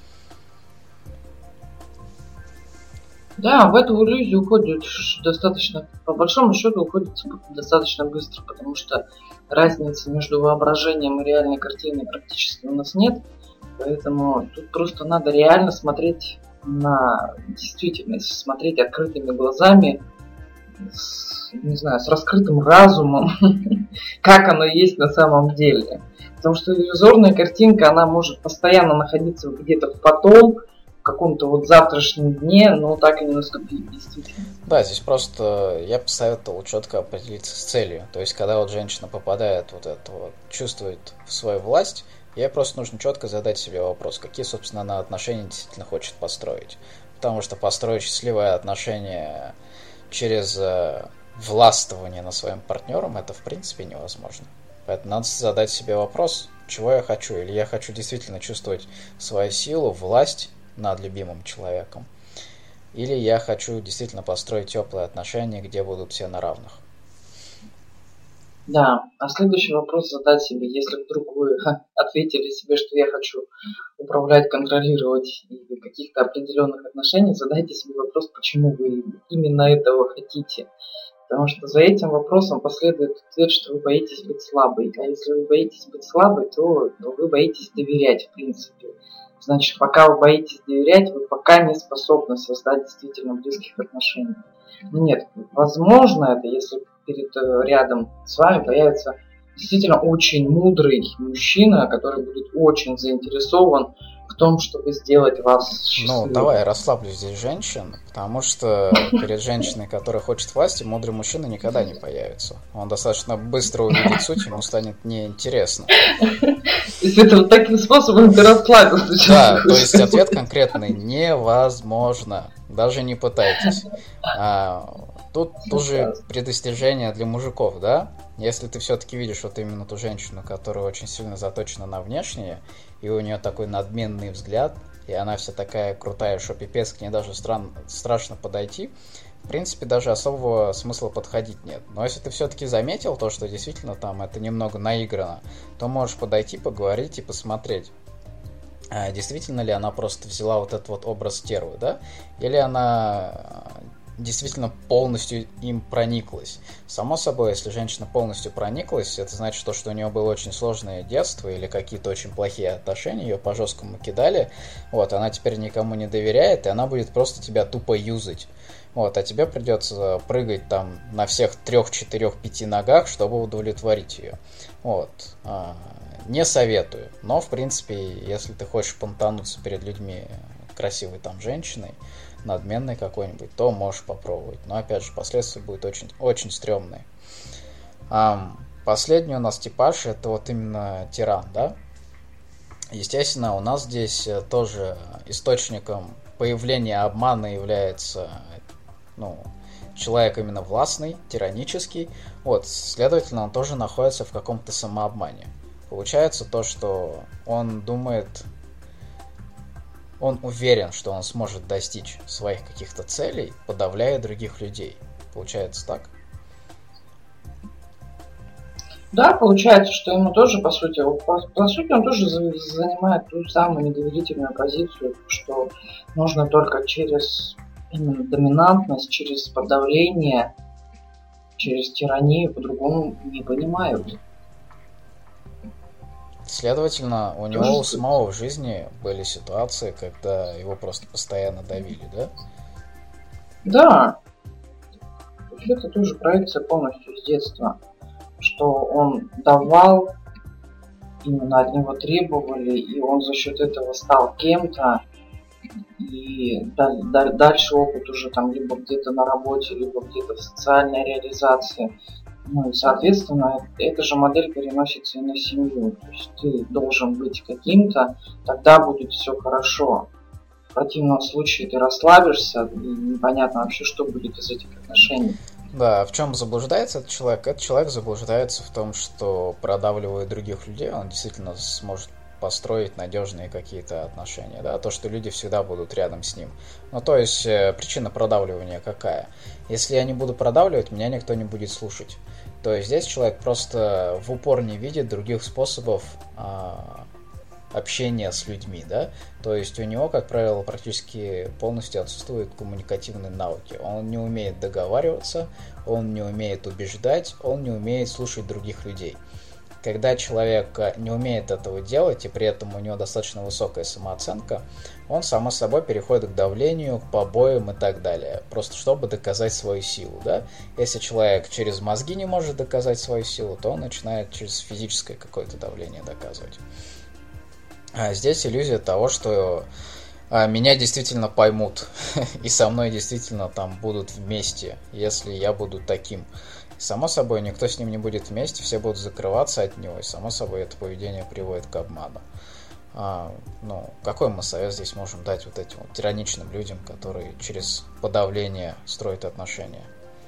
Да, в эту иллюзию уходит достаточно, по большому счету, уходит достаточно быстро, потому что разницы между воображением и реальной картиной практически у нас нет, поэтому тут просто надо реально смотреть на действительность, смотреть открытыми глазами, с, не знаю, с раскрытым разумом, как оно есть на самом деле. Потому что иллюзорная картинка, она может постоянно находиться где-то в потом, в каком-то вот завтрашнем дне, но так и не наступить действительно. Да, здесь просто я посоветовал четко определиться с целью. То есть, когда вот женщина попадает вот это вот, чувствует свою власть, ей просто нужно четко задать себе вопрос, какие, собственно, она отношения действительно хочет построить. Потому что построить счастливые отношения через э, властвование над своим партнером, это в принципе невозможно. Поэтому надо задать себе вопрос, чего я хочу. Или я хочу действительно чувствовать свою силу, власть над любимым человеком. Или я хочу действительно построить теплые отношения, где будут все на равных. Да, а следующий вопрос задать себе, если вдруг вы ха, ответили себе, что я хочу управлять, контролировать или каких-то определенных отношений, задайте себе вопрос, почему вы именно этого хотите. Потому что за этим вопросом последует ответ, что вы боитесь быть слабой. А если вы боитесь быть слабой, то, то вы боитесь доверять, в принципе. Значит, пока вы боитесь доверять, вы пока не способны создать действительно близких отношений. Нет, возможно это, если перед рядом с вами появится действительно очень мудрый мужчина, который будет очень заинтересован в том, чтобы сделать вас счастливым. Ну, давай, расслаблю здесь женщин, потому что перед женщиной, которая хочет власти, мудрый мужчина никогда не появится. Он достаточно быстро увидит суть, ему станет неинтересно. То есть это вот таким способом ты расслабился. Да, то есть ответ конкретный: невозможно. Даже не пытайтесь. А, тут тоже предостережение для мужиков, да? Если ты все-таки видишь вот именно ту женщину, которая очень сильно заточена на внешнее, и у нее такой надменный взгляд, и она вся такая крутая, что пипец, к ней даже стран... страшно подойти, в принципе, даже особого смысла подходить нет. Но если ты все-таки заметил то, что действительно там это немного наиграно, то можешь подойти, поговорить и посмотреть, действительно ли она просто взяла вот этот вот образ стервы, да, или она действительно полностью им прониклась. Само собой, если женщина полностью прониклась, это значит, что, что у нее было очень сложное детство или какие-то очень плохие отношения, ее по-жесткому кидали, вот, она теперь никому не доверяет, и она будет просто тебя тупо юзать. Вот, а тебе придется прыгать там на всех трех, четырех, пяти ногах, чтобы удовлетворить ее. Вот. Не советую, но, в принципе, если ты хочешь понтануться перед людьми красивой там женщиной, надменной какой-нибудь, то можешь попробовать. Но, опять же, последствия будут очень, очень стрёмные. А, последний у нас типаж — это вот именно тиран, да? Естественно, у нас здесь тоже источником появления обмана является, ну, человек именно властный, тиранический. Вот, следовательно, он тоже находится в каком-то самообмане. Получается то, что он думает, он уверен, что он сможет достичь своих каких-то целей, подавляя других людей. Получается так? Да, получается, что ему тоже, по сути, по, по сути, он тоже занимает ту самую недоверительную позицию, что нужно только через именно доминантность, через подавление, через тиранию, по-другому не понимают. Следовательно, у него у самого в жизни были ситуации, когда его просто постоянно давили, да? Да, это тоже проекция полностью с детства, что он давал, именно от него требовали, и он за счет этого стал кем-то, и дальше опыт уже там либо где-то на работе, либо где-то в социальной реализации. Ну и, соответственно, эта же модель переносится и на семью. То есть ты должен быть каким-то, тогда будет все хорошо. В противном случае ты расслабишься, и непонятно вообще, что будет из этих отношений. Да, в чем заблуждается этот человек? Этот человек заблуждается в том, что продавливая других людей, он действительно сможет построить надежные какие-то отношения, да, то, что люди всегда будут рядом с ним. Ну, то есть, причина продавливания какая? Если я не буду продавливать, меня никто не будет слушать. То есть, здесь человек просто в упор не видит других способов а, общения с людьми, да, то есть, у него, как правило, практически полностью отсутствуют коммуникативные навыки. Он не умеет договариваться, он не умеет убеждать, он не умеет слушать других людей. Когда человек не умеет этого делать, и при этом у него достаточно высокая самооценка, он, само собой, переходит к давлению, к побоям и так далее, просто чтобы доказать свою силу. Да? Если человек через мозги не может доказать свою силу, то он начинает через физическое какое-то давление доказывать. А здесь иллюзия того, что меня действительно поймут, и со мной действительно там будут вместе, если я буду таким. Само собой, никто с ним не будет вместе, все будут закрываться от него, и само собой это поведение приводит к обману. А, ну, какой мы совет здесь можем дать вот этим вот тираничным людям, которые через подавление строят отношения?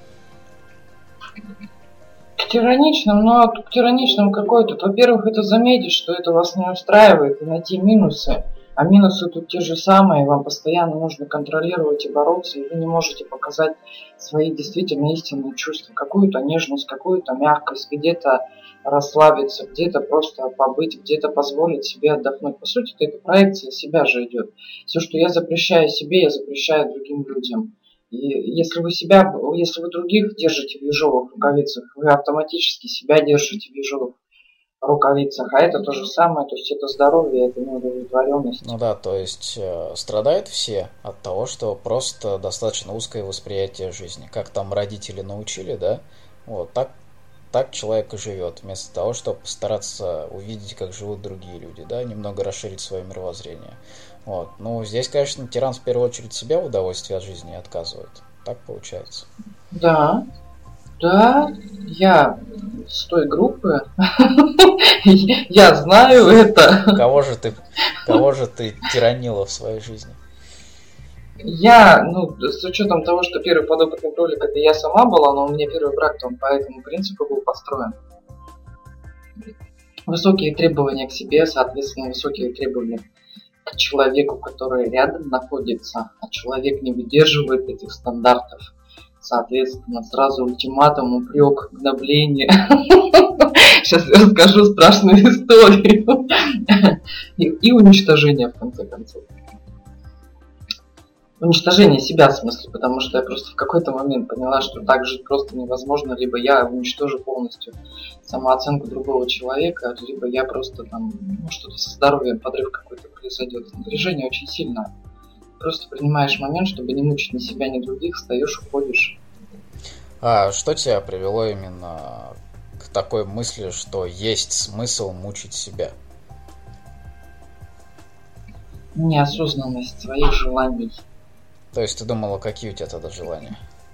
К тираничным, ну а к тираничным какой тут? Во-первых, это заметить, что это вас не устраивает, и найти минусы. А минусы тут те же самые, вам постоянно нужно контролировать и бороться, и вы не можете показать свои действительно истинные чувства, какую-то нежность, какую-то мягкость, где-то расслабиться, где-то просто побыть, где-то позволить себе отдохнуть. По сути, это проекция себя же идет. Все, что я запрещаю себе, я запрещаю другим людям. И если вы себя, если вы других держите в ежовых рукавицах, вы автоматически себя держите в ежовых рукавицах, а это то же самое, то есть это здоровье, это неудовлетворенность. Ну да, то есть э, страдают все от того, что просто достаточно узкое восприятие жизни. Как там родители научили, да, вот так, так человек и живет, вместо того, чтобы постараться увидеть, как живут другие люди, да, немного расширить свое мировоззрение. Вот. Ну, здесь, конечно, тиран в первую очередь себя в удовольствии от жизни отказывает. Так получается. Да. Да, я с той группы, я знаю это. Кого же ты, кого же ты тиранила в своей жизни? Я, ну, с учетом того, что первый подопытный кролик это я сама была, но у меня первый брак там по этому принципу был построен. Высокие требования к себе, соответственно, высокие требования к человеку, который рядом находится, а человек не выдерживает этих стандартов. Соответственно, сразу ультиматум, упрек, гнобление. Сейчас я расскажу страшную историю. И, и уничтожение, в конце концов. Уничтожение себя, в смысле, потому что я просто в какой-то момент поняла, что так жить просто невозможно. Либо я уничтожу полностью самооценку другого человека, либо я просто там, ну, что-то со здоровьем, подрыв какой-то произойдет. Напряжение очень сильное. Просто принимаешь момент, чтобы не мучить ни себя, ни других, встаешь, уходишь. А что тебя привело именно к такой мысли, что есть смысл мучить себя? Неосознанность своих желаний. То есть ты думала, какие у тебя тогда желания?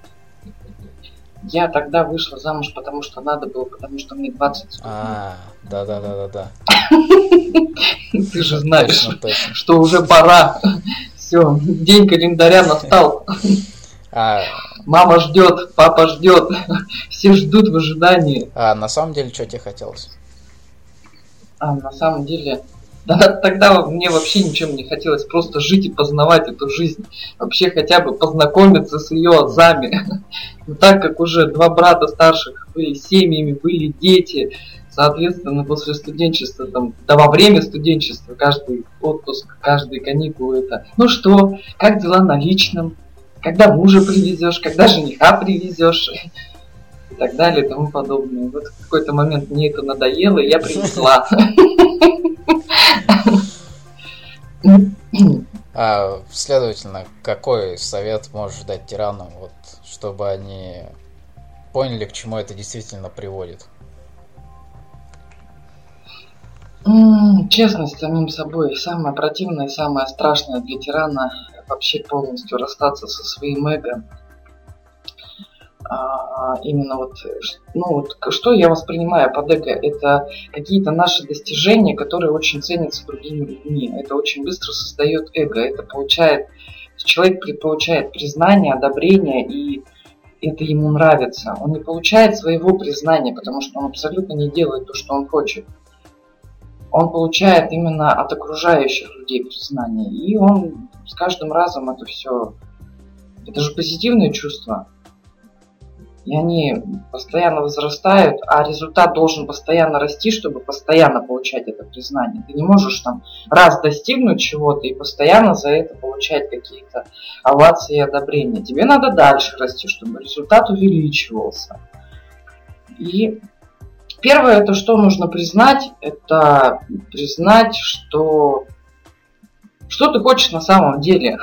Я тогда вышла замуж, потому что надо было, потому что мне двадцать. А, да-да-да-да-да. Ты же знаешь, что уже пора. Все, день календаря настал. А... Мама ждет, папа ждет, все ждут в ожидании. А на самом деле, что тебе хотелось? А на самом деле, да, тогда мне вообще ничего не хотелось, просто жить и познавать эту жизнь. Вообще хотя бы познакомиться с ее азами. Но так как уже два брата старших были семьями, были дети, соответственно, после студенчества, там, да во время студенчества, каждый отпуск, каждые каникулы это, ну что, как дела на личном, когда мужа привезешь, когда жениха привезешь, и так далее, и тому подобное. Вот в какой-то момент мне это надоело, и я привезла. А, следовательно, какой совет можешь дать тиранам, вот, чтобы они поняли, к чему это действительно приводит? М, Честность с самим собой. Самое противное и самое страшное для тирана вообще полностью расстаться со своим эго. А, именно вот, ш- ну вот, к- что я воспринимаю под эго, это какие-то наши достижения, которые очень ценятся другими людьми. Это очень быстро создает эго. Это получает, человек при- получает признание, одобрение, и это ему нравится. Он не получает своего признания, потому что он абсолютно не делает то, что он хочет. Он получает именно от окружающих людей признание. И он с каждым разом это все... Это же позитивные чувства. И они постоянно возрастают, а результат должен постоянно расти, чтобы постоянно получать это признание. Ты не можешь там раз достигнуть чего-то и постоянно за это получать какие-то овации и одобрения. Тебе надо дальше расти, чтобы результат увеличивался. И первое, это что нужно признать, это признать, что, что ты хочешь на самом деле.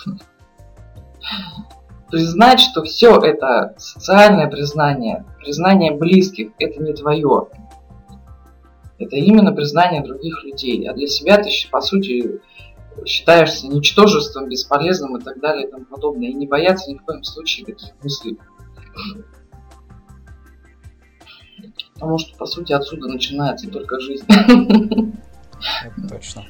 Признать, что все это социальное признание, признание близких, это не твое. Это именно признание других людей. А для себя ты, по сути, считаешься ничтожеством, бесполезным и так далее и тому подобное. И не бояться ни в коем случае таких мыслей. Потому что, по сути, отсюда начинается только жизнь. Это точно.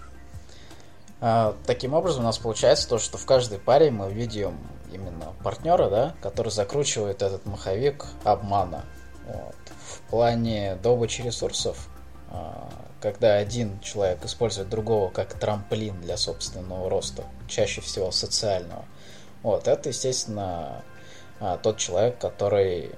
А, таким образом, у нас получается то, что в каждой паре мы видим именно партнера, да, который закручивает этот маховик обмана. Вот. В плане добычи ресурсов, а, когда один человек использует другого как трамплин для собственного роста, чаще всего социального, вот, это, естественно, а, тот человек, который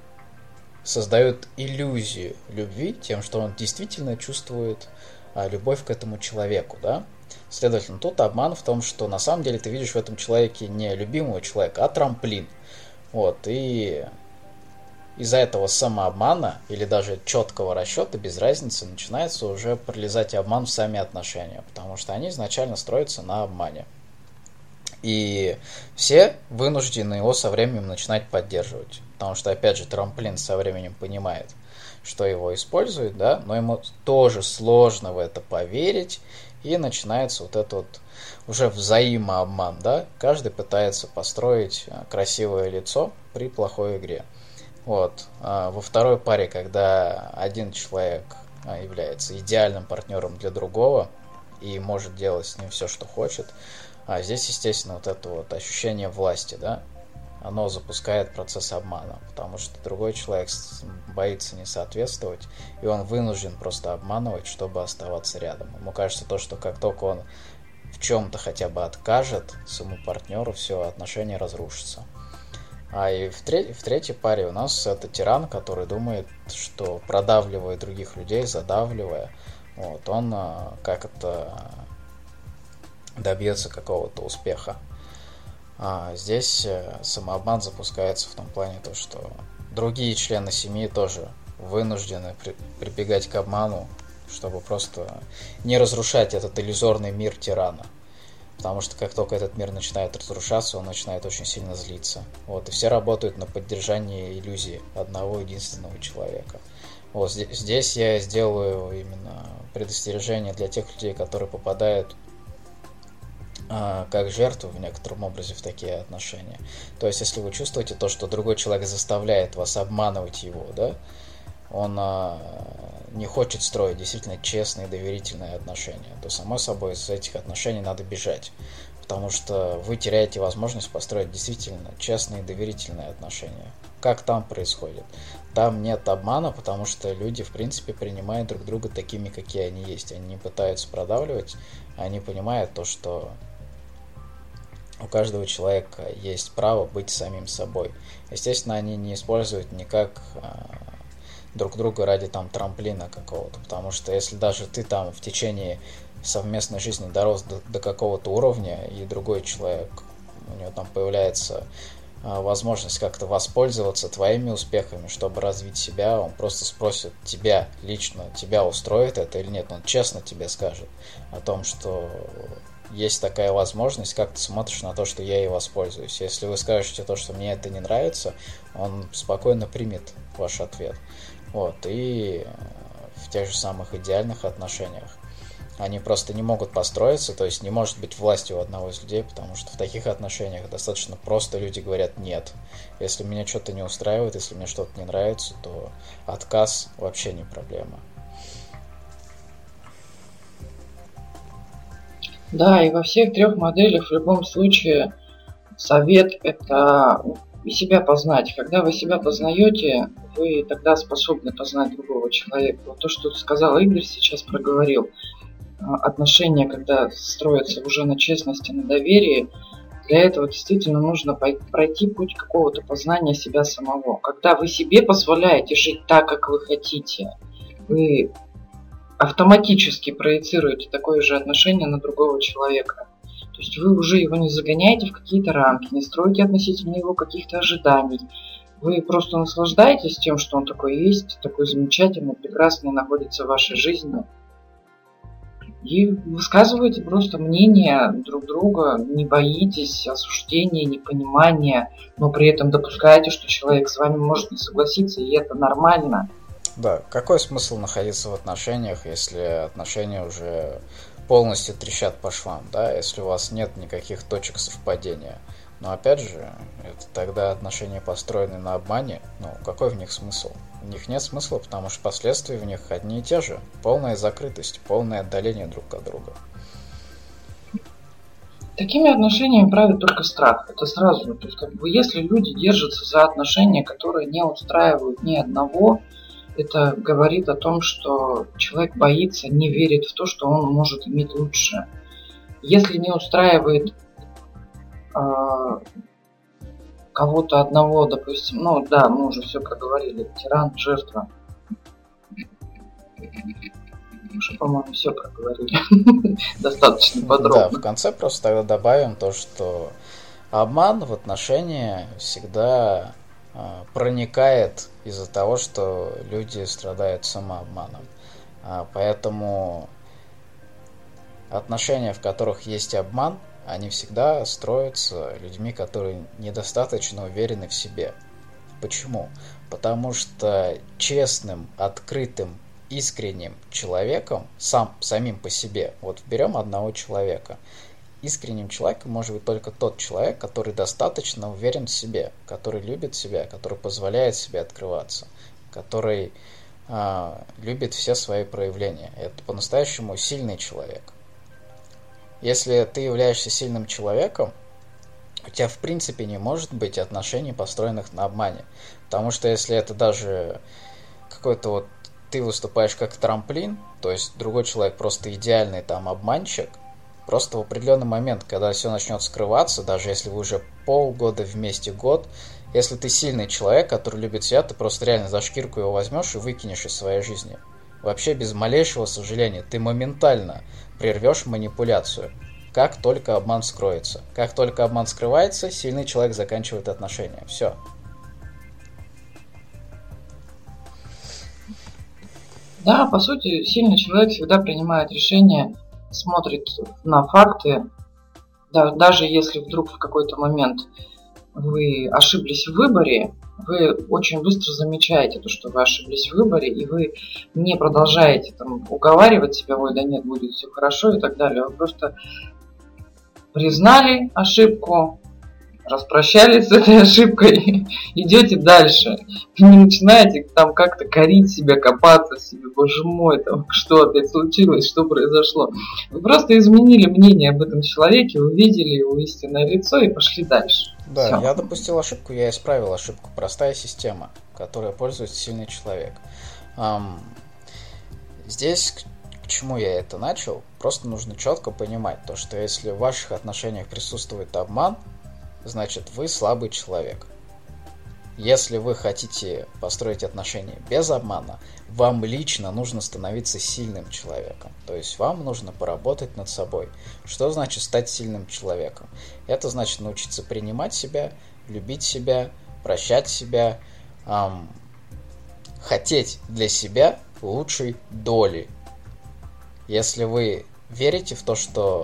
создает иллюзию любви тем, что он действительно чувствует а, любовь к этому человеку, да. Следовательно, тут обман в том, что на самом деле ты видишь в этом человеке не любимого человека, а трамплин. Вот, и из-за этого самообмана или даже четкого расчета, без разницы, начинается уже пролезать обман в сами отношения, потому что они изначально строятся на обмане. И все вынуждены его со временем начинать поддерживать, потому что, опять же, трамплин со временем понимает, что его используют, да, но ему тоже сложно в это поверить, и начинается вот этот вот уже взаимообман, да, каждый пытается построить красивое лицо при плохой игре. Вот. Во второй паре, когда один человек является идеальным партнером для другого и может делать с ним все, что хочет, а здесь, естественно, вот это вот ощущение власти, да, оно запускает процесс обмана, потому что другой человек боится не соответствовать, и он вынужден просто обманывать, чтобы оставаться рядом. Ему кажется то, что как только он в чем-то хотя бы откажет своему партнеру, все, отношения разрушатся. А и в, треть, в третьей паре у нас это тиран, который думает, что продавливая других людей, задавливая, вот, он как это добьется какого-то успеха. А здесь самообман запускается в том плане, то, что другие члены семьи тоже вынуждены при, прибегать к обману, чтобы просто не разрушать этот иллюзорный мир тирана. Потому что как только этот мир начинает разрушаться, он начинает очень сильно злиться. Вот, и все работают на поддержании иллюзии одного единственного человека. Вот здесь, здесь я сделаю именно предостережение для тех людей, которые попадают как жертву в некотором образе в такие отношения. То есть, если вы чувствуете то, что другой человек заставляет вас обманывать его, да, он а, не хочет строить действительно честные, доверительные отношения, то, само собой, из этих отношений надо бежать. Потому что вы теряете возможность построить действительно честные, доверительные отношения. Как там происходит? Там нет обмана, потому что люди, в принципе, принимают друг друга такими, какие они есть. Они не пытаются продавливать, они понимают то, что у каждого человека есть право быть самим собой. Естественно, они не используют никак а, друг друга ради там трамплина какого-то, потому что если даже ты там в течение совместной жизни дорос до, до какого-то уровня, и другой человек, у него там появляется а, возможность как-то воспользоваться твоими успехами, чтобы развить себя, он просто спросит тебя лично, тебя устроит это или нет, он честно тебе скажет о том, что есть такая возможность, как ты смотришь на то, что я ей воспользуюсь. Если вы скажете то, что мне это не нравится, он спокойно примет ваш ответ. Вот, и в тех же самых идеальных отношениях они просто не могут построиться, то есть не может быть власти у одного из людей, потому что в таких отношениях достаточно просто люди говорят «нет». Если меня что-то не устраивает, если мне что-то не нравится, то отказ вообще не проблема. Да, и во всех трех моделях в любом случае совет – это себя познать. Когда вы себя познаете, вы тогда способны познать другого человека. Вот то, что сказал Игорь, сейчас проговорил. Отношения, когда строятся уже на честности, на доверии, для этого действительно нужно пройти путь какого-то познания себя самого. Когда вы себе позволяете жить так, как вы хотите, вы автоматически проецируете такое же отношение на другого человека. То есть вы уже его не загоняете в какие-то рамки, не строите относительно его каких-то ожиданий. Вы просто наслаждаетесь тем, что он такой есть, такой замечательный, прекрасный, находится в вашей жизни. И высказываете просто мнение друг друга, не боитесь осуждения, непонимания, но при этом допускаете, что человек с вами может не согласиться, и это нормально. Да, какой смысл находиться в отношениях, если отношения уже полностью трещат по швам, да, если у вас нет никаких точек совпадения. Но опять же, это тогда отношения, построенные на обмане, ну, какой в них смысл? В них нет смысла, потому что последствия в них одни и те же. Полная закрытость, полное отдаление друг от друга. Такими отношениями правит только страх. Это сразу. То есть, как бы, если люди держатся за отношения, которые не устраивают ни одного, это говорит о том, что человек боится, не верит в то, что он может иметь лучшее. Если не устраивает кого-то одного, допустим, ну да, мы уже все проговорили, тиран, жертва. Уже, по-моему, все проговорили. Достаточно подробно. Да, в конце просто тогда добавим то, что обман в отношении всегда э, проникает из-за того, что люди страдают самообманом. А, поэтому отношения, в которых есть обман, они всегда строятся людьми, которые недостаточно уверены в себе. Почему? Потому что честным, открытым, искренним человеком, сам, самим по себе, вот берем одного человека, искренним человеком может быть только тот человек, который достаточно уверен в себе, который любит себя, который позволяет себе открываться, который э, любит все свои проявления. Это по-настоящему сильный человек. Если ты являешься сильным человеком, у тебя в принципе не может быть отношений, построенных на обмане. Потому что если это даже какой-то вот ты выступаешь как трамплин, то есть другой человек просто идеальный там обманщик, просто в определенный момент, когда все начнет скрываться, даже если вы уже полгода вместе, год, если ты сильный человек, который любит себя, ты просто реально за шкирку его возьмешь и выкинешь из своей жизни. Вообще без малейшего сожаления. Ты моментально прервешь манипуляцию, как только обман скроется. Как только обман скрывается, сильный человек заканчивает отношения. Все. Да, по сути, сильный человек всегда принимает решение, смотрит на факты, да, даже если вдруг в какой-то момент вы ошиблись в выборе, вы очень быстро замечаете то, что вы ошиблись в выборе, и вы не продолжаете там уговаривать себя, ой, да нет, будет все хорошо и так далее. Вы просто признали ошибку, распрощались с этой ошибкой, идете дальше. Вы не начинаете там как-то корить себя, копаться в себе, боже мой, там, что опять случилось, что произошло. Вы просто изменили мнение об этом человеке, увидели его истинное лицо и пошли дальше. Да, Всё. Я допустил ошибку, я исправил ошибку. Простая система, которой пользуется сильный человек. Эм, здесь к, к чему я это начал? Просто нужно четко понимать то, что если в ваших отношениях присутствует обман, значит вы слабый человек. Если вы хотите построить отношения без обмана, вам лично нужно становиться сильным человеком. То есть вам нужно поработать над собой. Что значит стать сильным человеком? Это значит научиться принимать себя, любить себя, прощать себя, эм, хотеть для себя лучшей доли. Если вы верите в то, что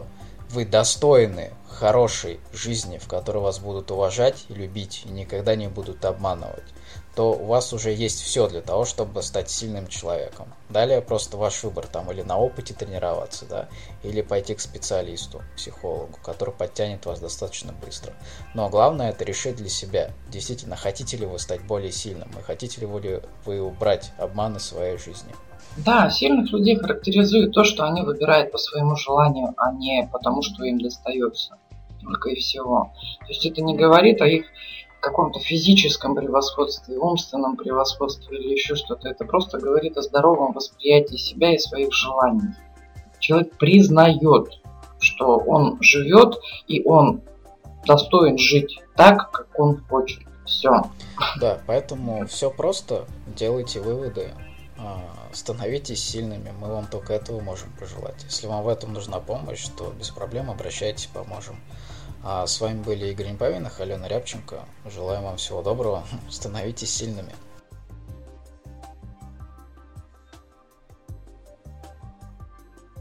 вы достойны хорошей жизни, в которой вас будут уважать и любить, и никогда не будут обманывать, то у вас уже есть все для того, чтобы стать сильным человеком. Далее просто ваш выбор, там, или на опыте тренироваться, да, или пойти к специалисту, психологу, который подтянет вас достаточно быстро. Но главное это решить для себя, действительно, хотите ли вы стать более сильным, и хотите ли вы, вы убрать обман из своей жизни. Да, сильных людей характеризует то, что они выбирают по своему желанию, а не потому, что им достается. Только и всего. То есть это не говорит о их каком-то физическом превосходстве, умственном превосходстве или еще что-то. Это просто говорит о здоровом восприятии себя и своих желаний. Человек признает, что он живет и он достоин жить так, как он хочет. Все. Да, поэтому все просто. Делайте выводы. Становитесь сильными, мы вам только этого можем пожелать. Если вам в этом нужна помощь, то без проблем обращайтесь, поможем. А с вами были Игорь Неповинных, Алена Рябченко. Желаем вам всего доброго, становитесь сильными.